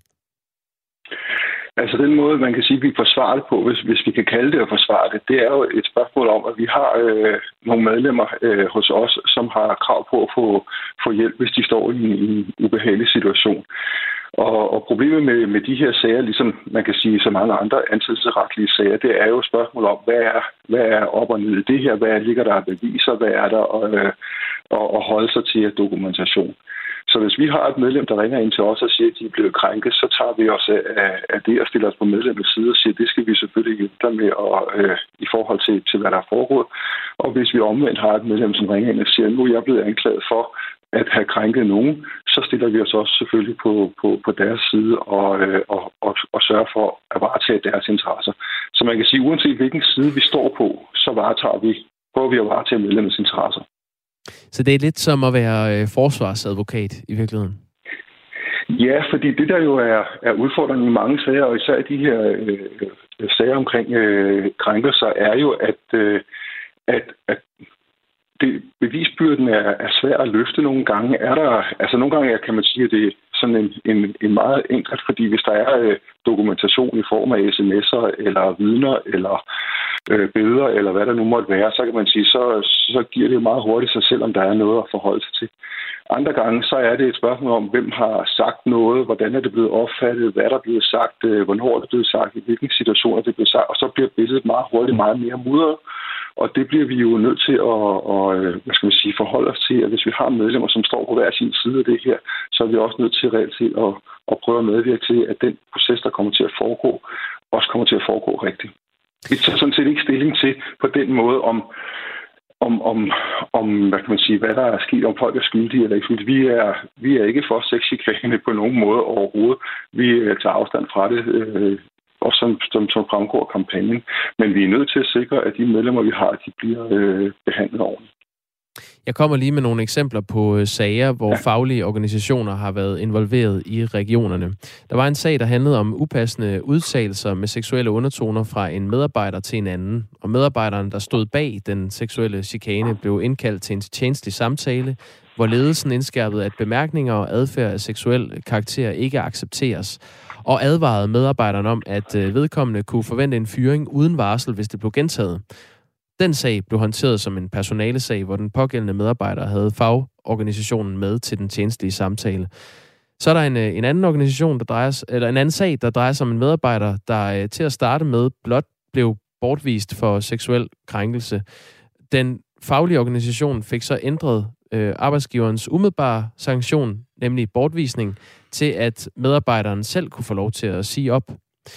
S8: Altså den måde, man kan sige, at vi forsvarer det på, hvis, hvis vi kan kalde det at forsvare det, det er jo et spørgsmål om, at vi har øh, nogle medlemmer øh, hos os, som har krav på at få, få hjælp, hvis de står i en, i en ubehagelig situation. Og, og problemet med, med de her sager, ligesom man kan sige så mange andre ansættelsesretlige sager, det er jo et spørgsmål om, hvad er, hvad er op og ned i det her, hvad ligger der af beviser, hvad er der øh, og, og holde sig til dokumentation. Så hvis vi har et medlem, der ringer ind til os og siger, at de er blevet krænket, så tager vi os af, af det og stiller os på medlemmets side og siger, at det skal vi selvfølgelig hjælpe dig med og, øh, i forhold til, til, hvad der er foregået. Og hvis vi omvendt har et medlem, som ringer ind og siger, at nu er jeg blevet anklaget for at have krænket nogen, så stiller vi os også selvfølgelig på, på, på deres side og, øh, og, og, og sørger for at varetage deres interesser. Så man kan sige, at uanset hvilken side vi står på, så varetager vi, prøver vi at varetage medlemmets interesser.
S2: Så det er lidt som at være øh, forsvarsadvokat i virkeligheden?
S8: Ja, fordi det der jo er, er udfordringen i mange sager, og især de her øh, sager omkring øh, krænkelser, er jo, at, øh, at, at det, bevisbyrden er, er svær at løfte nogle gange. Er der, altså nogle gange kan man sige, at det er sådan en, en, en meget enkelt, fordi hvis der er øh, dokumentation i form af sms'er eller vidner eller øh, billeder eller hvad der nu måtte være, så kan man sige, så, så giver det jo meget hurtigt sig selv, om der er noget at forholde sig til. Andre gange, så er det et spørgsmål om, hvem har sagt noget, hvordan er det blevet opfattet, hvad der er blevet sagt, øh, hvornår er det blevet sagt, i hvilke situationer det er blevet sagt, og så bliver billedet meget hurtigt meget mere mudret. Og det bliver vi jo nødt til at, og, hvad skal man sige, forholde os til, at hvis vi har medlemmer, som står på hver sin side af det her, så er vi også nødt til reelt til at, at prøve at medvirke til, at den proces, der kommer til at foregå, også kommer til at foregå rigtigt. Vi tager sådan set ikke stilling til på den måde, om, om, om, om hvad kan man sige, hvad der er sket, om folk er skyldige eller ikke skyldige. Vi er, vi er ikke for sexchikane på nogen måde overhovedet. Vi tager afstand fra det, øh, også som, som, som fremgår af kampagnen. Men vi er nødt til at sikre, at de medlemmer, vi har, de bliver øh, behandlet ordentligt.
S2: Jeg kommer lige med nogle eksempler på sager, hvor ja. faglige organisationer har været involveret i regionerne. Der var en sag, der handlede om upassende udtalelser med seksuelle undertoner fra en medarbejder til en anden. Og medarbejderen, der stod bag den seksuelle chikane, blev indkaldt til en tjenestelig samtale, hvor ledelsen indskærpede, at bemærkninger og adfærd af seksuel karakter ikke accepteres, og advarede medarbejderen om, at vedkommende kunne forvente en fyring uden varsel, hvis det blev gentaget. Den sag blev håndteret som en personalesag, hvor den pågældende medarbejder havde fagorganisationen med til den tjenestlige samtale. Så er der en, en anden organisation, der drejer eller en anden sag, der drejer sig om en medarbejder, der til at starte med blot blev bortvist for seksuel krænkelse. Den faglige organisation fik så ændret øh, arbejdsgiverens umiddelbare sanktion, nemlig bortvisning, til at medarbejderen selv kunne få lov til at sige op.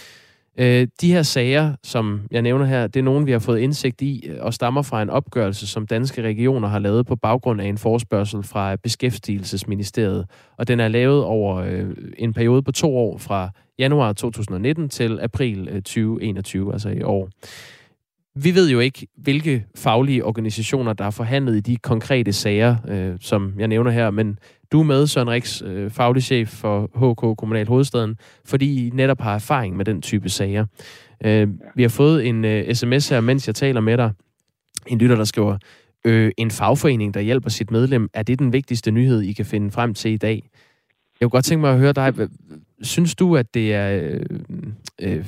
S2: Øh, de her sager, som jeg nævner her, det er nogen, vi har fået indsigt i og stammer fra en opgørelse, som Danske Regioner har lavet på baggrund af en forespørgsel fra Beskæftigelsesministeriet. Og den er lavet over øh, en periode på to år fra januar to tusind nitten til april tyve enogtyve, altså i år. vi ved jo ikke, hvilke faglige organisationer, der er forhandlet i de konkrete sager, øh, som jeg nævner her, men du er med, Søren Riks, øh, faglig chef for H K Kommunal Hovedstaden, fordi I netop har erfaring med den type sager. Øh, vi har fået en øh, sms her, mens jeg taler med dig. En lytter, der skriver, øh, en fagforening, der hjælper sit medlem, er det den vigtigste nyhed, I kan finde frem til i dag? Jeg kunne godt tænke mig at høre dig. Synes du, at det er øh, øh,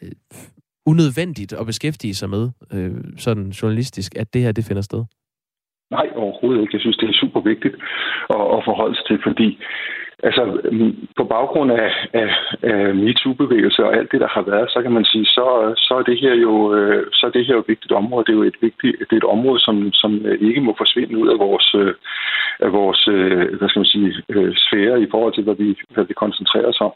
S2: unødvendigt at beskæftige sig med, øh, sådan journalistisk, at det her det finder sted?
S8: Nej, overhovedet ikke. Jeg synes, det er super vigtigt at, at forholde sig til, fordi altså, på baggrund af, af, af MeToo-bevægelser og alt det, der har været, så kan man sige, så, så, er, det her jo, så er det her jo et vigtigt område. Det er jo et vigtigt det er et område, som, som ikke må forsvinde ud af vores, af vores hvad skal man sige, sfære i forhold til, hvad vi, hvad vi koncentrerer os om.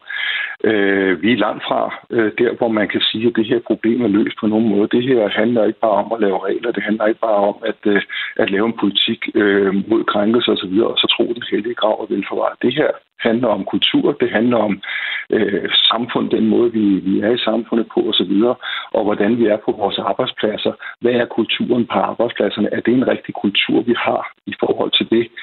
S8: Vi er langt fra der, hvor man kan sige, at det her problem er løst på nogen måde. Det her handler ikke bare om at lave regler. Det handler ikke bare om at, at lave en politik mod krænkelser osv., og så tro den hellige grav og velforvaret. Det her handler om kultur, det handler om øh, samfund, den måde, vi, vi er i samfundet på osv., og hvordan vi er på vores arbejdspladser. Hvad er kulturen på arbejdspladserne? Er det en rigtig kultur, vi har i forhold til det?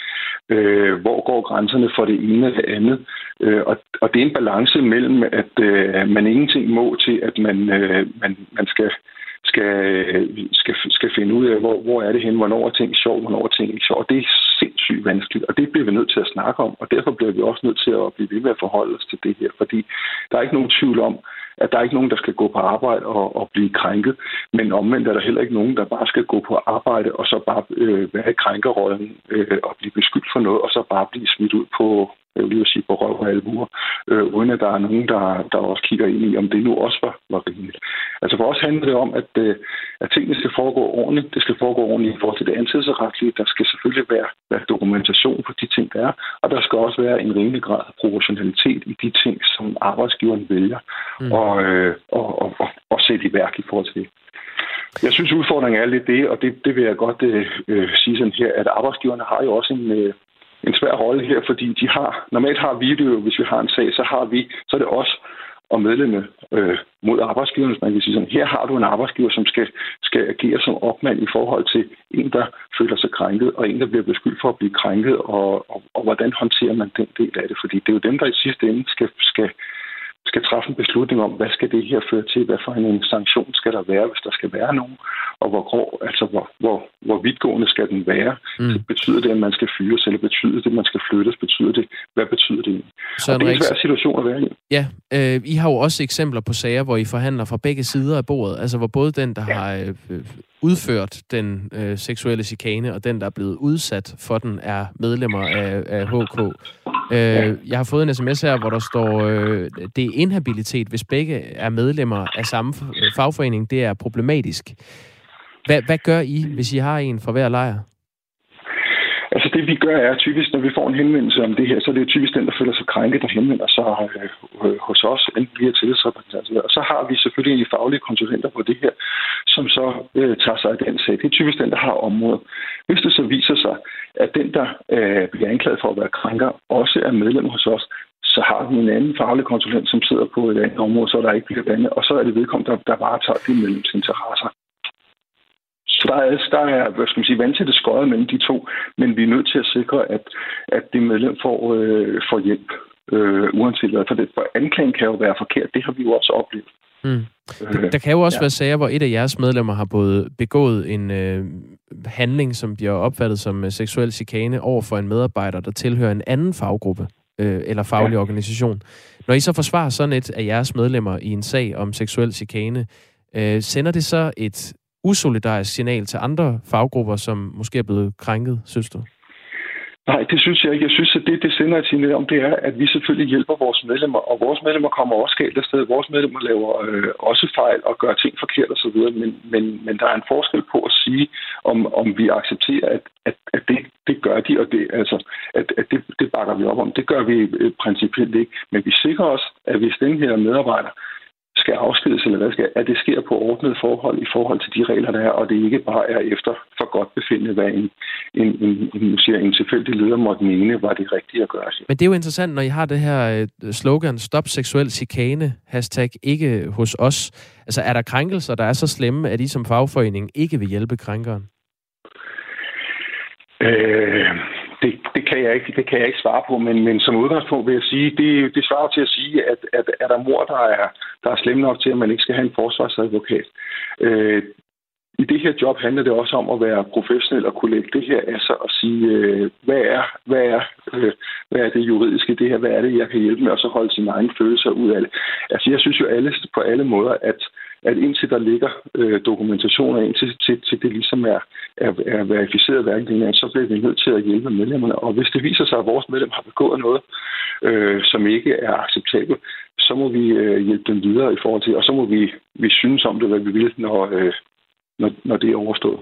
S8: Øh, hvor går grænserne for det ene og det andet? Øh, og, og det er en balance mellem, at øh, man ingenting må til, at man, øh, man, man skal Skal, skal, skal finde ud af, hvor, hvor er det hen, hvornår er ting sjov, hvornår er ting ikke sjov. Og det er sindssygt vanskeligt, og det bliver vi nødt til at snakke om, og derfor bliver vi også nødt til at blive ved med at forholde os til det her, fordi der er ikke nogen tvivl om, at der er ikke nogen, der skal gå på arbejde og, og blive krænket, men omvendt er der heller ikke nogen, der bare skal gå på arbejde og så bare øh, være i krænkerrollen øh, og blive beskyldt for noget, og så bare blive smidt ud på, jeg vil lige sige, på røv og albuer, øh, uden at der er nogen, der, der også kigger ind i, om det nu også var, var rimeligt. Altså for os handler det om, at, øh, at tingene skal foregå ordentligt. Det skal foregå ordentligt i forhold til det ansættelsesretlige. Der skal selvfølgelig være, være dokumentation for de ting, der er, og der skal også være en rimelig grad af proportionalitet i de ting, som arbejdsgiveren vælger mm. og, øh, og, og, og, og sætte i værk i forhold til det. Jeg synes, udfordringen er lidt det, og det, det vil jeg godt øh, sige sådan her, at arbejdsgiverne har jo også en... Øh, en svær rolle her, fordi de har, normalt har vi det jo, hvis vi har en sag, så har vi, så er det os og medlemme øh, mod arbejdsgiveren, hvis man kan sige sådan, her har du en arbejdsgiver, som skal, skal agere som opmand i forhold til en, der føler sig krænket, og en, der bliver beskyldt for at blive krænket, og, og, og hvordan håndterer man den del af det, fordi det er jo dem, der i sidste ende skal, skal skal træffe en beslutning om, hvad skal det her føre til, hvad for en sanktion skal der være, hvis der skal være nogen, og hvor grov, altså hvor, hvor, hvor vidtgående skal den være. Mm. Så betyder det, at man skal fyres, eller betyder det, at man skal flyttes, betyder det, hvad betyder det egentlig? Så og det er en svær situation at være i.
S2: Ja, øh, I har jo også eksempler på sager, hvor I forhandler fra begge sider af bordet, altså hvor både den, der ja. har øh, udført den øh, seksuelle chikane, og den, der er blevet udsat for den, er medlemmer af, af H K. Øh, ja. Jeg har fået en sms her, hvor der står, øh, det er inhabilitet, hvis begge er medlemmer af samme fagforening. Det er problematisk. Hvad, hvad gør I, hvis I har en fra hver lejr?
S8: Altså det vi gør er typisk, når vi får en henvendelse om det her, så er det jo typisk den, der føler sig krænket, der henvender sig øh, hos os, enten via tillidsrepræsentanter. Og så har vi selvfølgelig de faglige konsulenter på det her, som så øh, tager sig af den sag. Det er typisk den, der har området. Hvis det så viser sig, at den, der øh, bliver anklaget for at være krænker, også er medlem hos os, så har vi en anden faglig konsulent, som sidder på et andet område, så der ikke bliver vandet, og så er det vedkommende, der, der bare tager de medlemsinteresser. Så der er, der er hvad skal man sige, vandtætte skodder mellem de to, men vi er nødt til at sikre, at, at det medlem får, øh, får hjælp, øh, uanset hvad. For, det, for anklagen kan jo være forkert, det har vi jo også oplevet. Mm.
S2: Der, der kan jo også ja. være sager, hvor et af jeres medlemmer har både begået en øh, handling, som bliver opfattet som øh, seksuel chikane over for en medarbejder, der tilhører en anden faggruppe øh, eller faglig ja. organisation. Når I så forsvarer sådan et af jeres medlemmer i en sag om seksuel chikane, øh, sender det så et usolidarisk signal til andre faggrupper, som måske er blevet krænket, synes du?
S8: Nej, det synes jeg ikke. Jeg synes, at det, det sender et signal om, det er, at vi selvfølgelig hjælper vores medlemmer, og vores medlemmer kommer også galt afsted. Vores medlemmer laver øh, også fejl og gør ting forkert osv., men, men, men der er en forskel på at sige, om, om vi accepterer, at, at, at det, det gør de, og det, altså, at, at det, det bakker vi op om. Det gør vi øh, principielt ikke, men vi sikrer os, at hvis den her medarbejder skal afskedes, eller hvad skal, at det sker på ordnede forhold i forhold til de regler, der er, og det ikke bare er efter for for godt befindende, hvad en, en, en, en, siger, en tilfældig leder måtte mene, var det rigtige at gøre.
S2: Men det er jo interessant, når I har det her slogan, stop seksuel chikane, hashtag ikke hos os. Altså er der krænkelser, der er så slemme, at I som fagforening ikke vil hjælpe krænkeren?
S8: Øh, det, det, kan jeg ikke, det kan jeg ikke svare på, men, men som udgangspunkt vil jeg sige, det, det svarer til at sige, at, at er der mord, der er, der er slemme nok til, at man ikke skal have en forsvarsadvokat. Øh, I det her job handler det også om at være professionel og kunne lægge det her af sig og sige, øh, hvad, er, hvad, er, øh, hvad er det juridiske i det her, hvad er det, jeg kan hjælpe med, og så holde sine egne følelser ud af det. Altså jeg synes jo alle, på alle måder, at at indtil der ligger øh, dokumentationer, indtil til, til det ligesom er, er, er verificeret hverken, så bliver vi nødt til at hjælpe medlemmerne. Og hvis det viser sig, at vores medlem har begået noget, øh, som ikke er acceptabelt, så må vi øh, hjælpe dem videre i forhold til, og så må vi, vi synes om det, hvad vi vil, når, øh, når, når det er overstået.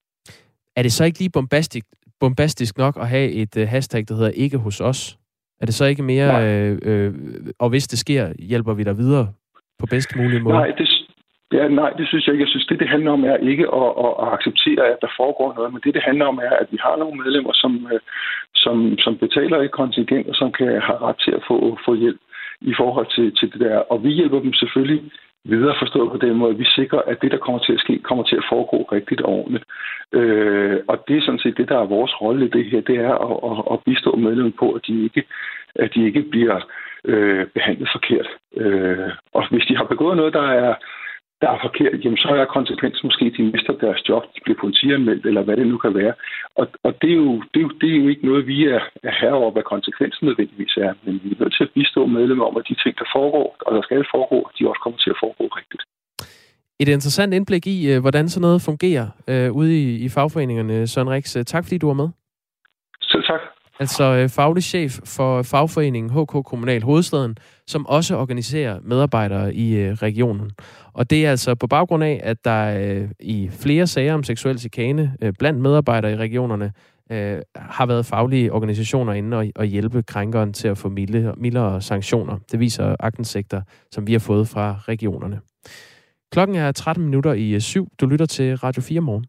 S2: Er det så ikke lige bombastisk, bombastisk nok at have et uh, hashtag, der hedder ikke hos os? Er det så ikke mere, øh, øh, og hvis det sker, hjælper vi dig videre på bedst mulig måde?
S8: Nej, det Ja, nej, det synes jeg ikke. Jeg synes, det, det handler om, er ikke at, at, at acceptere, at der foregår noget. Men det, det handler om, er, at vi har nogle medlemmer, som, som, som betaler et kontingent, og som kan have ret til at få, få hjælp i forhold til, til det der. Og vi hjælper dem selvfølgelig videre forstået på den måde, at vi sikrer, at det, der kommer til at ske, kommer til at foregå rigtigt og ordentligt. Øh, og det er sådan set det, der er vores rolle i det her. Det er at, at, at bistå medlemmer på, at de ikke, at de ikke bliver øh, behandlet forkert. Øh, og hvis de har begået noget, der er der er forkert, jamen så er konsekvensen måske, at de mister deres job, de bliver politianmeldt, eller hvad det nu kan være. Og, og det, er jo, det, er jo, det er jo ikke noget, vi er, er herover, hvad konsekvensen nødvendigvis er. Men vi er nødt til at bistå medlemmer om, at de ting, der foregår, og der skal foregå, de også kommer til at foregå rigtigt.
S2: Et interessant indblik i, hvordan sådan noget fungerer øh, ude i, i fagforeningerne. Søren Rix, tak fordi du var med.
S8: Selv tak.
S2: Altså øh, faglig chef for fagforeningen H K Kommunal Hovedstaden, som også organiserer medarbejdere i øh, regionen. Og det er altså på baggrund af, at der øh, i flere sager om seksuel chikane øh, blandt medarbejdere i regionerne øh, har været faglige organisationer inde og, og hjælpe krænkeren til at få milde, mildere sanktioner. Det viser aktindsigter, som vi har fået fra regionerne. Klokken er tretten minutter i syv. Du lytter til Radio fire Morgen.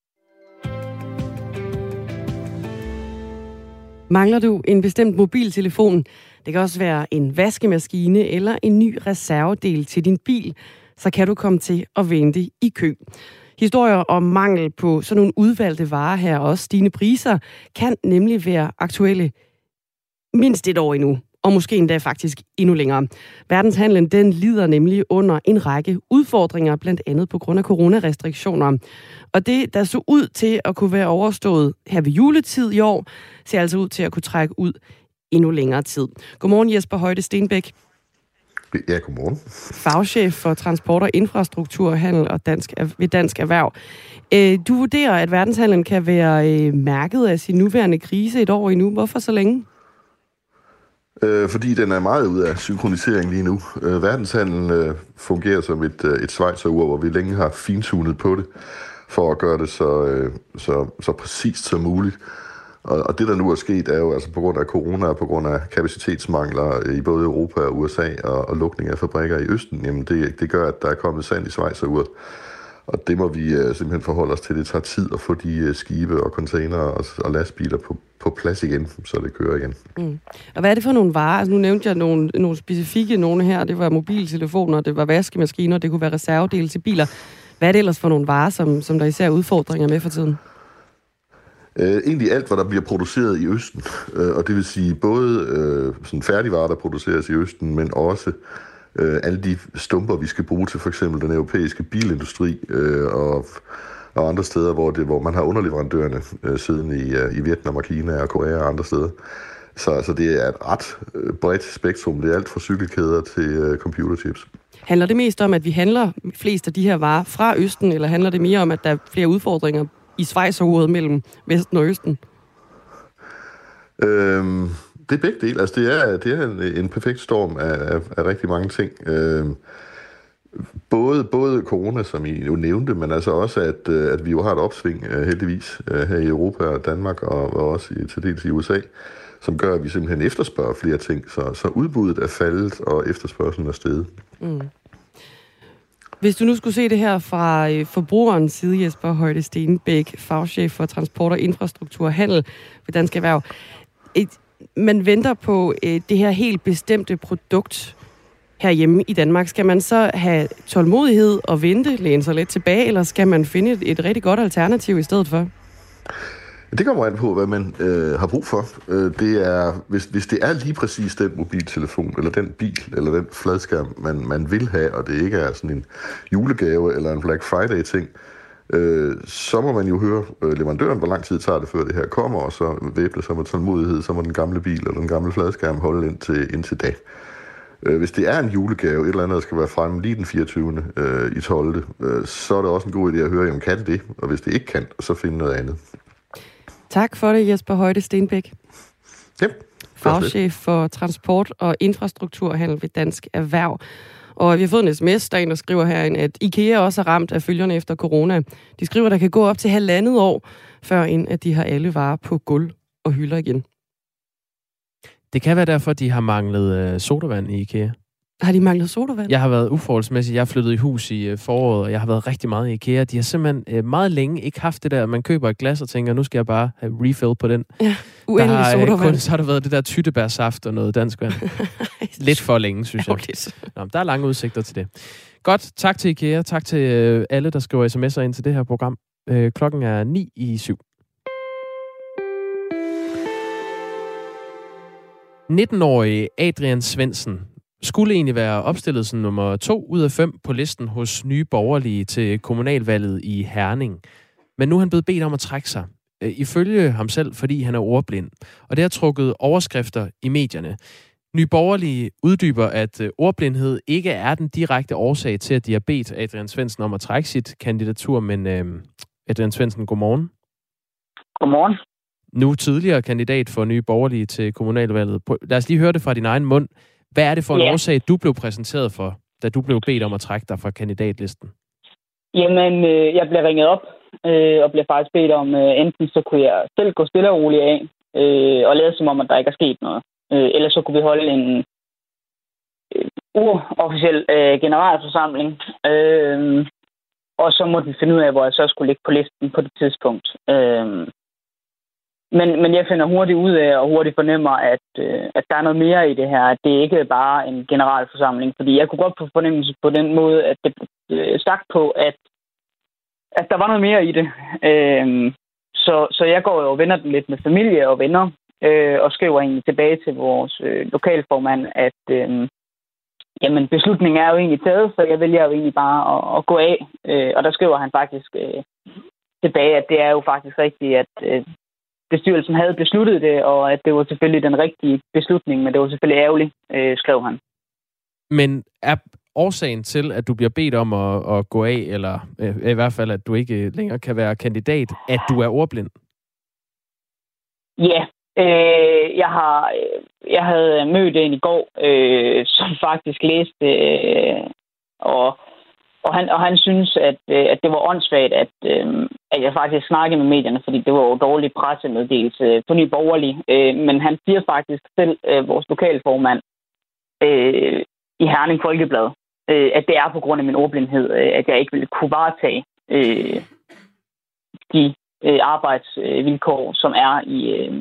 S1: Mangler du en bestemt mobiltelefon? Det kan også være en vaskemaskine eller en ny reservedel til din bil, så kan du komme til at vente i kø. Historier om mangel på sådan nogle udvalgte varer her og også stigende priser kan nemlig være aktuelle mindst et år endnu, og måske endda faktisk endnu længere. Verdenshandlen den lider nemlig under en række udfordringer, blandt andet på grund af coronarestriktioner. Og det, der så ud til at kunne være overstået her ved juletid i år, ser altså ud til at kunne trække ud endnu længere tid. Godmorgen Jesper Højde Stenbæk.
S9: Ja, godmorgen.
S1: Fagchef for transport og infrastrukturhandel og dansk, ved Dansk Erhverv. Du vurderer, at verdenshandlen kan være mærket af sin nuværende krise et år endnu. Hvorfor så længe?
S9: Øh, fordi den er meget ude af synkronisering lige nu. Øh, verdenshandlen øh, fungerer som et, øh, et schweizerur, hvor vi længe har fintunet på det, for at gøre det så, øh, så, så præcist som muligt. Og, og det, der nu er sket, er jo altså på grund af corona og på grund af kapacitetsmangler i både Europa og U S A og, og lukning af fabrikker i Østen, jamen det, det gør, at der er kommet sand i schweizeruret. Og det må vi uh, simpelthen forholde os til. Det tager tid at få de uh, skibe og container og, og lastbiler på, på plads igen, så det kører igen.
S1: Mm. Og hvad er det for nogle varer? Altså, nu nævnte jeg nogle, nogle specifikke nogle her. Det var mobiltelefoner, det var vaskemaskiner, det kunne være reservedele til biler. Hvad er det ellers for nogle varer, som, som der især er udfordringer med for tiden?
S9: Uh, egentlig alt, hvad der bliver produceret i Østen. Uh, og det vil sige både uh, sådan færdigvarer, der produceres i Østen, men også Uh, alle de stumper, vi skal bruge til for eksempel den europæiske bilindustri uh, og, og andre steder, hvor, det, hvor man har underleverandørerne uh, siddende i, uh, i Vietnam og Kina og Korea og andre steder. Så, så det er et ret uh, bredt spektrum. Det er alt fra cykelkæder til uh, computerchips. Handler det mest om, at vi handler flest af de her varer fra Østen, eller handler det mere om, at der er flere udfordringer i schweizerhovedet mellem Vesten og Østen? Øhm Det er begge dele. Altså, det er, det er en, en perfekt storm af, af, af rigtig mange ting. Øh, både, både corona, som I jo nævnte, men altså også, at, at vi jo har et opsving, heldigvis, her i Europa og Danmark, og, og også i, til dels i U S A, som gør, at vi simpelthen efterspørger flere ting. Så, så udbuddet er faldet, og efterspørgselen er steget. Mm.
S1: Hvis du nu skulle se det her fra øh, forbrugerens side, Jesper Højde Stenbæk, fagchef for transport og infrastruktur og handel ved Dansk Erhverv. Et, man venter på øh, det her helt bestemte produkt herhjemme i Danmark. Skal man så have tålmodighed og vente, læne sig lidt tilbage, eller skal man finde et, et rigtig godt alternativ i stedet for?
S9: Det kommer an på, hvad man øh, har brug for. Øh, det er, hvis, hvis det er lige præcis den mobiltelefon, eller den bil, eller den fladskærm, man, man vil have, og det ikke er sådan en julegave eller en Black Friday-ting, øh, så må man jo høre øh, leverandøren, hvor lang tid tager det, før det her kommer, og så væbne sig med tålmodighed, så må den gamle bil eller den gamle fladskærm holde indtil, indtil da. Øh, hvis det er en julegave, et eller andet, der skal være fremme lige den fireogtyvende Øh, i tolvte Øh, så er det også en god idé at høre, om kan det det, og hvis det ikke kan, så finde noget andet. Tak
S1: for det, Jesper Højde Stenbæk.
S9: Ja,
S1: fagchef for transport og infrastrukturhandel ved Dansk Erhverv. Og vi har fået en sms, der en, der skriver herinde, at IKEA også er ramt af følgerne efter corona. De skriver, at der kan gå op til halvandet år, før ind, at de har alle varer på gulv og hylder igen.
S2: Det kan være derfor, de har manglet øh, sodavand i IKEA.
S1: Har de manglet sodavand?
S2: Jeg har været uforholdsmæssig. Jeg har flyttet i hus i øh, foråret, og jeg har været rigtig meget i IKEA. De har simpelthen øh, meget længe ikke haft det der, man køber et glas og tænker, nu skal jeg bare have refill på den.
S1: Ja, uendelig
S2: der har,
S1: sodavand.
S2: Kun, så har der været det der tyttebærsaft og noget dansk vand. Lidt for længe, synes jeg. Nå, der er lange udsigter til det. Godt, tak til IKEA. Tak til øh, alle, der skriver sms'er ind til det her program. Øh, klokken er ni i syv. nitten-årige Adrian Svendsen skulle egentlig være opstillet som nummer to ud af fem på listen hos Nye Borgerlige til kommunalvalget i Herning. Men nu er han blevet bedt om at trække sig. Ifølge ham selv, fordi han er ordblind. Og det har trukket overskrifter i medierne. Nye Borgerlige uddyber, at ordblindhed ikke er den direkte årsag til, at de har bedt Adrian Svendsen om at trække sit kandidatur. Men øh, Adrian Svendsen, godmorgen.
S10: Godmorgen.
S2: Nu tidligere kandidat for Nye Borgerlige til kommunalvalget. Lad os lige høre det fra din egen mund. Hvad er det for en yeah. årsag, du blev præsenteret for, da du blev bedt om at trække dig fra kandidatlisten?
S10: Jamen, øh, jeg blev ringet op, øh, og blev faktisk bedt om, øh, enten så kunne jeg selv gå stille og roligt af, øh, og lade som om, at der ikke er sket noget. Øh, eller så kunne vi holde en øh, uofficiel øh, generalforsamling, øh, og så måtte vi finde ud af, hvor jeg så skulle ligge på listen på det tidspunkt. Øh, Men, men jeg finder hurtigt ud af, og hurtigt fornemmer, at, øh, at der er noget mere i det her. At det ikke er bare en generalforsamling. Fordi jeg kunne godt få fornemmelse på den måde, at det blev sagt på, at, at der var noget mere i det. Øh, så, så jeg går jo og vender den lidt med familie og venner, øh, og skriver egentlig tilbage til vores øh, lokalformand, at øh, jamen, beslutningen er jo egentlig taget, så jeg vælger jo egentlig bare at, at gå af. Øh, og der skriver han faktisk øh, tilbage, at det er jo faktisk rigtigt, at øh, bestyrelsen havde besluttet det, og at det var selvfølgelig den rigtige beslutning, men det var selvfølgelig ærgerligt, øh, skrev han.
S2: Men er årsagen til, at du bliver bedt om at, at gå af, eller øh, i hvert fald, at du ikke længere kan være kandidat, at du er ordblind?
S10: Ja, øh, jeg har jeg havde mødt en i går, øh, som faktisk læste, øh, og Og han, og han synes, at, at det var åndssvagt, at, at jeg faktisk snakkede med medierne, fordi det var jo dårlig pressemeddelelse på Nye Borgerlige. Men han siger faktisk selv, vores lokalformand i Herning Folkeblad, at det er på grund af min ordblindhed, at jeg ikke ville kunne varetage de arbejdsvilkår, som er i,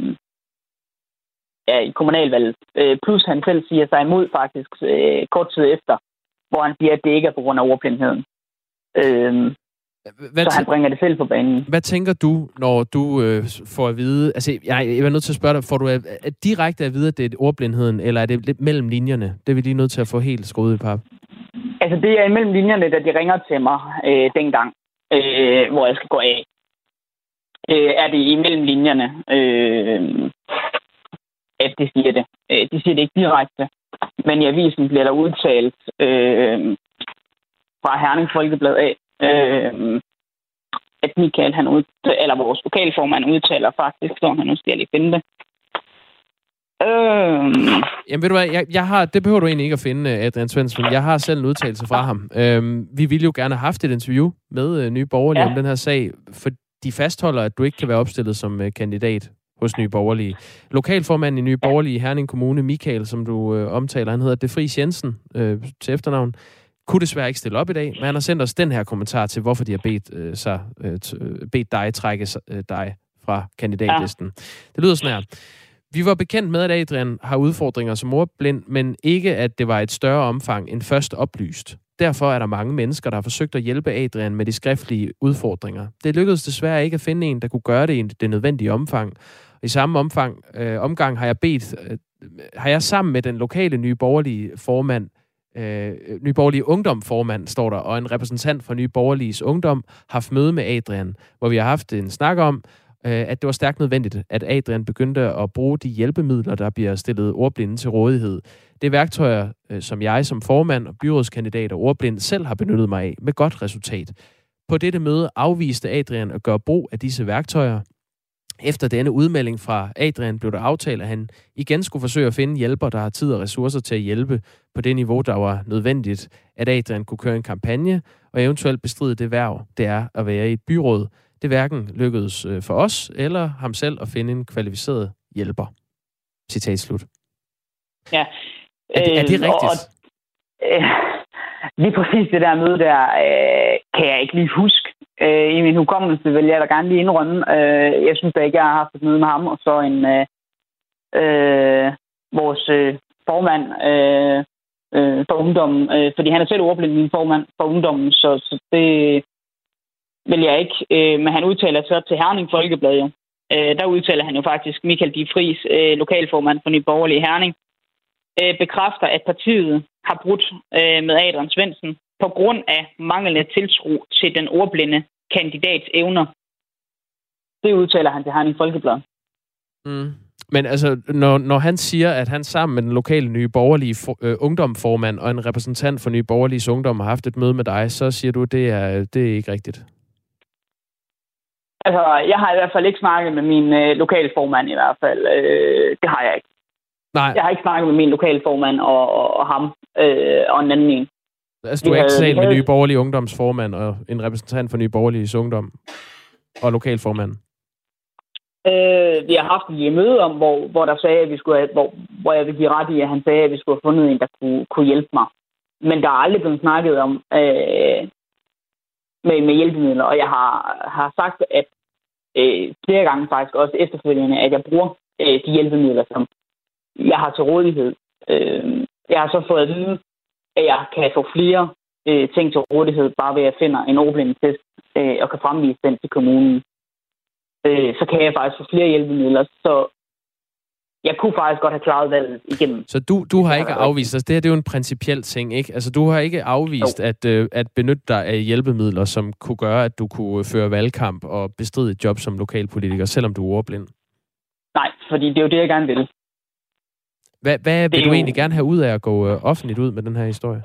S10: ja, i kommunalvalget. Plus han selv siger sig imod faktisk kort tid efter, hvor han siger, at det ikke er på grund af ordblindheden. Øhm, så han bringer det selv på banen.
S2: Hvad tænker du, når du øh, får at vide... Altså, jeg, jeg er nødt til at spørge dig, får du at, at direkte at vide, at det er ordblindheden, eller er det lidt mellem linjerne? Det er vi lige nødt til at få helt skruet i pap.
S10: Altså, det er imellem linjerne, da de ringer til mig øh, dengang, øh, hvor jeg skal gå af. Øh, er det imellem linjerne, øh, at de siger det. Øh, de siger det ikke direkte. Men i avisen bliver der udtalt øh, fra Herning Folkeblad af, øh, at Michael, han ud, eller vores lokalformand udtaler faktisk, så han nu skal jeg lige finde det. Øh,
S2: Jamen ved du hvad, jeg, jeg har, det behøver du egentlig ikke at finde, Adrian Svendsen. Jeg har selv en udtalelse fra ham. Øh, vi ville jo gerne have haft et interview med øh, Nye Borgerlige ja. om den her sag, for de fastholder, at du ikke kan være opstillet som øh, kandidat hos Nye Borgerlige. Lokalformanden i Nye Borgerlige i Herning Kommune, Michael, som du øh, omtaler, han hedder De Vries Jensen øh, til efternavn. kunne desværre ikke stille op i dag, men han har sendt os den her kommentar til, hvorfor de har bedt, øh, sig, øh, bedt dig trække øh, dig fra kandidatlisten. Ja. Det lyder sådan her. Vi var bekendt med, at Adrian har udfordringer som ordblind, men ikke, at det var et større omfang end først oplyst. Derfor er der mange mennesker, der har forsøgt at hjælpe Adrian med de skriftlige udfordringer. Det lykkedes desværre ikke at finde en, der kunne gøre det i det nødvendige omfang. Og i samme omfang, øh, omgang har jeg bedt, øh, har jeg sammen med den lokale Nye Borgerlige formand, øh, Nye Borgerlige Ungdom-formand, står der, og en repræsentant fra Nye Borgerliges Ungdom, haft møde med Adrian, hvor vi har haft en snak om, at det var stærkt nødvendigt, at Adrian begyndte at bruge de hjælpemidler, der bliver stillet ordblinde til rådighed. Det er værktøjer, som jeg som formand og byrådskandidat og ordblind selv har benyttet mig af med godt resultat. På dette møde afviste Adrian at gøre brug af disse værktøjer. Efter denne udmelding fra Adrian blev der aftalt, at han igen skulle forsøge at finde hjælper, der har tid og ressourcer til at hjælpe på det niveau, der var nødvendigt, at Adrian kunne køre en kampagne og eventuelt bestride det hverv, det er at være i et byråd. Det hverken lykkedes for os eller ham selv at finde en kvalificeret hjælper. Citat slut.
S10: Ja.
S2: Er det, er det rigtigt?
S10: Og, øh, lige præcis det der møde der, øh, kan jeg ikke lige huske. Øh, I min hukommelse vil jeg da gerne lige indrømme. Øh, jeg synes da ikke, jeg har haft et møde med ham, og så en øh, øh, vores øh, formand øh, øh, for ungdommen. Øh, fordi han er selv ordblind, min formand for ungdommen, så, så det vil jeg ikke. Øh, men han udtaler sig til Herning Folkeblad, jo. Øh, der udtaler han jo faktisk, Michael De Vries, øh, lokalformand for Nye Borgerlige i Herning, øh, bekræfter, at partiet har brudt øh, med Adrian Svendsen på grund af manglende tiltro til den ordblinde kandidats evner. Det udtaler han til Herning Folkeblad.
S2: Mm. Men altså, når, når han siger, at han sammen med den lokale Nye Borgerlige for, øh, ungdomformand og en repræsentant for Nye Borgerliges Ungdom har haft et møde med dig, så siger du, at det er, det er ikke rigtigt.
S10: Altså, jeg har i hvert fald ikke snakket med min øh, lokalformand i hvert fald. Øh, det har jeg ikke.
S2: Nej.
S10: Jeg har ikke snakket med min lokalformand og, og, og ham øh, og en anden en.
S2: Altså, du har ikke talt med Nye Borgerlige Ungdomsformand og en repræsentant for Nye Borgerliges Ungdom og lokalformanden?
S10: Øh, vi har haft et møde om, hvor, hvor der sagde, at vi skulle have, hvor, hvor jeg vil give ret i, at han sagde, at vi skulle have fundet en, der kunne, kunne hjælpe mig. Men der er aldrig blevet snakket om øh, med, med hjælpemidler, og jeg har, har sagt, at øh, flere gange faktisk også efterfølgende, at jeg bruger øh, de hjælpemidler, som jeg har til rådighed. Øh, jeg har så fået at vide, at jeg kan få flere øh, ting til rådighed, bare ved at finde en ordblindetest øh, og kan fremvise den til kommunen. Øh, så kan jeg faktisk få flere hjælpemidler, så jeg kunne faktisk godt have klaret valget igennem.
S2: Så du, du har ikke afvist, altså det her det er jo en principiel ting, ikke? Altså du har ikke afvist at, øh, at benytte dig af hjælpemidler, som kunne gøre, at du kunne føre valgkamp og bestride et job som lokalpolitiker, selvom du er ordblind?
S10: Nej, fordi det er jo det, jeg gerne vil.
S2: Hvad, hvad vil
S10: jo...
S2: du egentlig gerne have ud af at gå øh, offentligt ud med den her historie?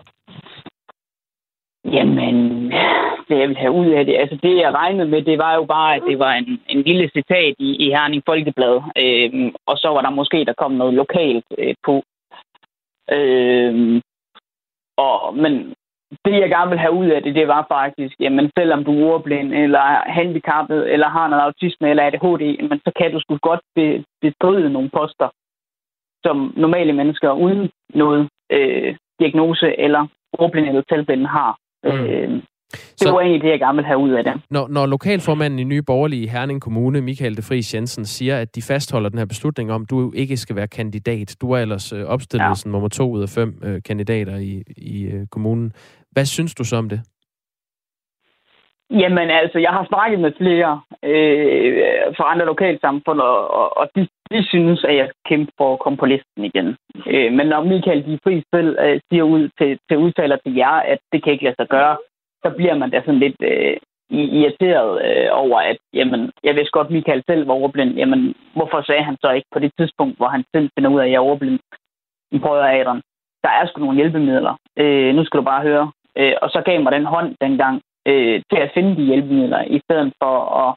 S10: Jamen, det jeg vil have ud af det, altså det jeg regnede med, det var jo bare, at det var en, en lille citat i, i Herning Folkeblad, øhm, og så var der måske, der kom noget lokalt øh, på. Øhm, og, men det jeg gerne vil have ud af det, det var faktisk, jamen selvom du er ordblind, eller er handicappet, eller har noget autisme, eller A D H D, men så kan du sgu godt be, bestride nogle poster, som normale mennesker uden noget øh, diagnose eller ordblind eller talblind har. Mm. Øh, det så, var egentlig det, jeg gerne vil have ud af det.
S2: Når, når lokalformanden i Nye Borgerlige i Herning Kommune, Michael De Vries Jensen, siger, at de fastholder den her beslutning om, at du ikke skal være kandidat. Du er ellers øh, opstillet ja. som nummer to ud af fem øh, kandidater i, i øh, kommunen. Hvad synes du så om det?
S10: Jamen altså, jeg har snakket med flere øh, fra andre lokalsamfund, og, og, og de, de synes, at jeg kæmper for at komme på listen igen. Øh, men når Michael De Vries selv øh, siger ud til, til udtaler til jer, at det kan ikke lade sig gøre, så bliver man da sådan lidt øh, irriteret øh, over, at jamen, jeg vidste godt, Michael selv var ordblind. Jamen, hvorfor sagde han så ikke på det tidspunkt, hvor han selv finder ud af, at jeg er ordblind? Prøver Adrian. Der er sgu nogle hjælpemidler. Øh, nu skal du bare høre. Øh, og så gav mig den hånd dengang øh, til at finde de hjælpemidler, i stedet for at,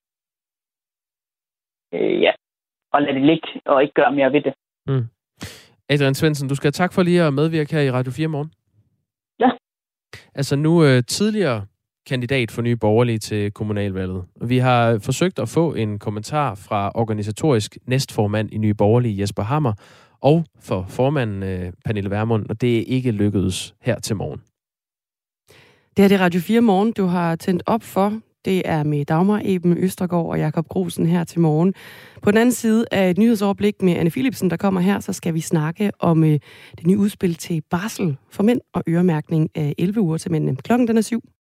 S10: øh, ja, at lade det ligge og ikke gøre mere ved det.
S2: Mm. Adrian Svendsen, du skal have tak for lige at medvirke her i Radio fire Morgen.
S10: Ja.
S2: Altså nu øh, tidligere kandidat for Nye Borgerlige til kommunalvalget. Vi har forsøgt at få en kommentar fra organisatorisk næstformand i Nye Borgerlige, Jesper Hammer, og for formanden øh, Pernille Vermund, og det er ikke lykkedes her til morgen.
S1: Det her det er Radio fire Morgen, du har tændt op for. Det er med Dagmar Eben Østergaard og Jakob Grusen her til morgen. På den anden side af et nyhedsoverblik med Anne Philipsen, der kommer her, så skal vi snakke om øh, det nye udspil til barsel for mænd og øremærkning af elleve uger til mændene. Klokken den er syv.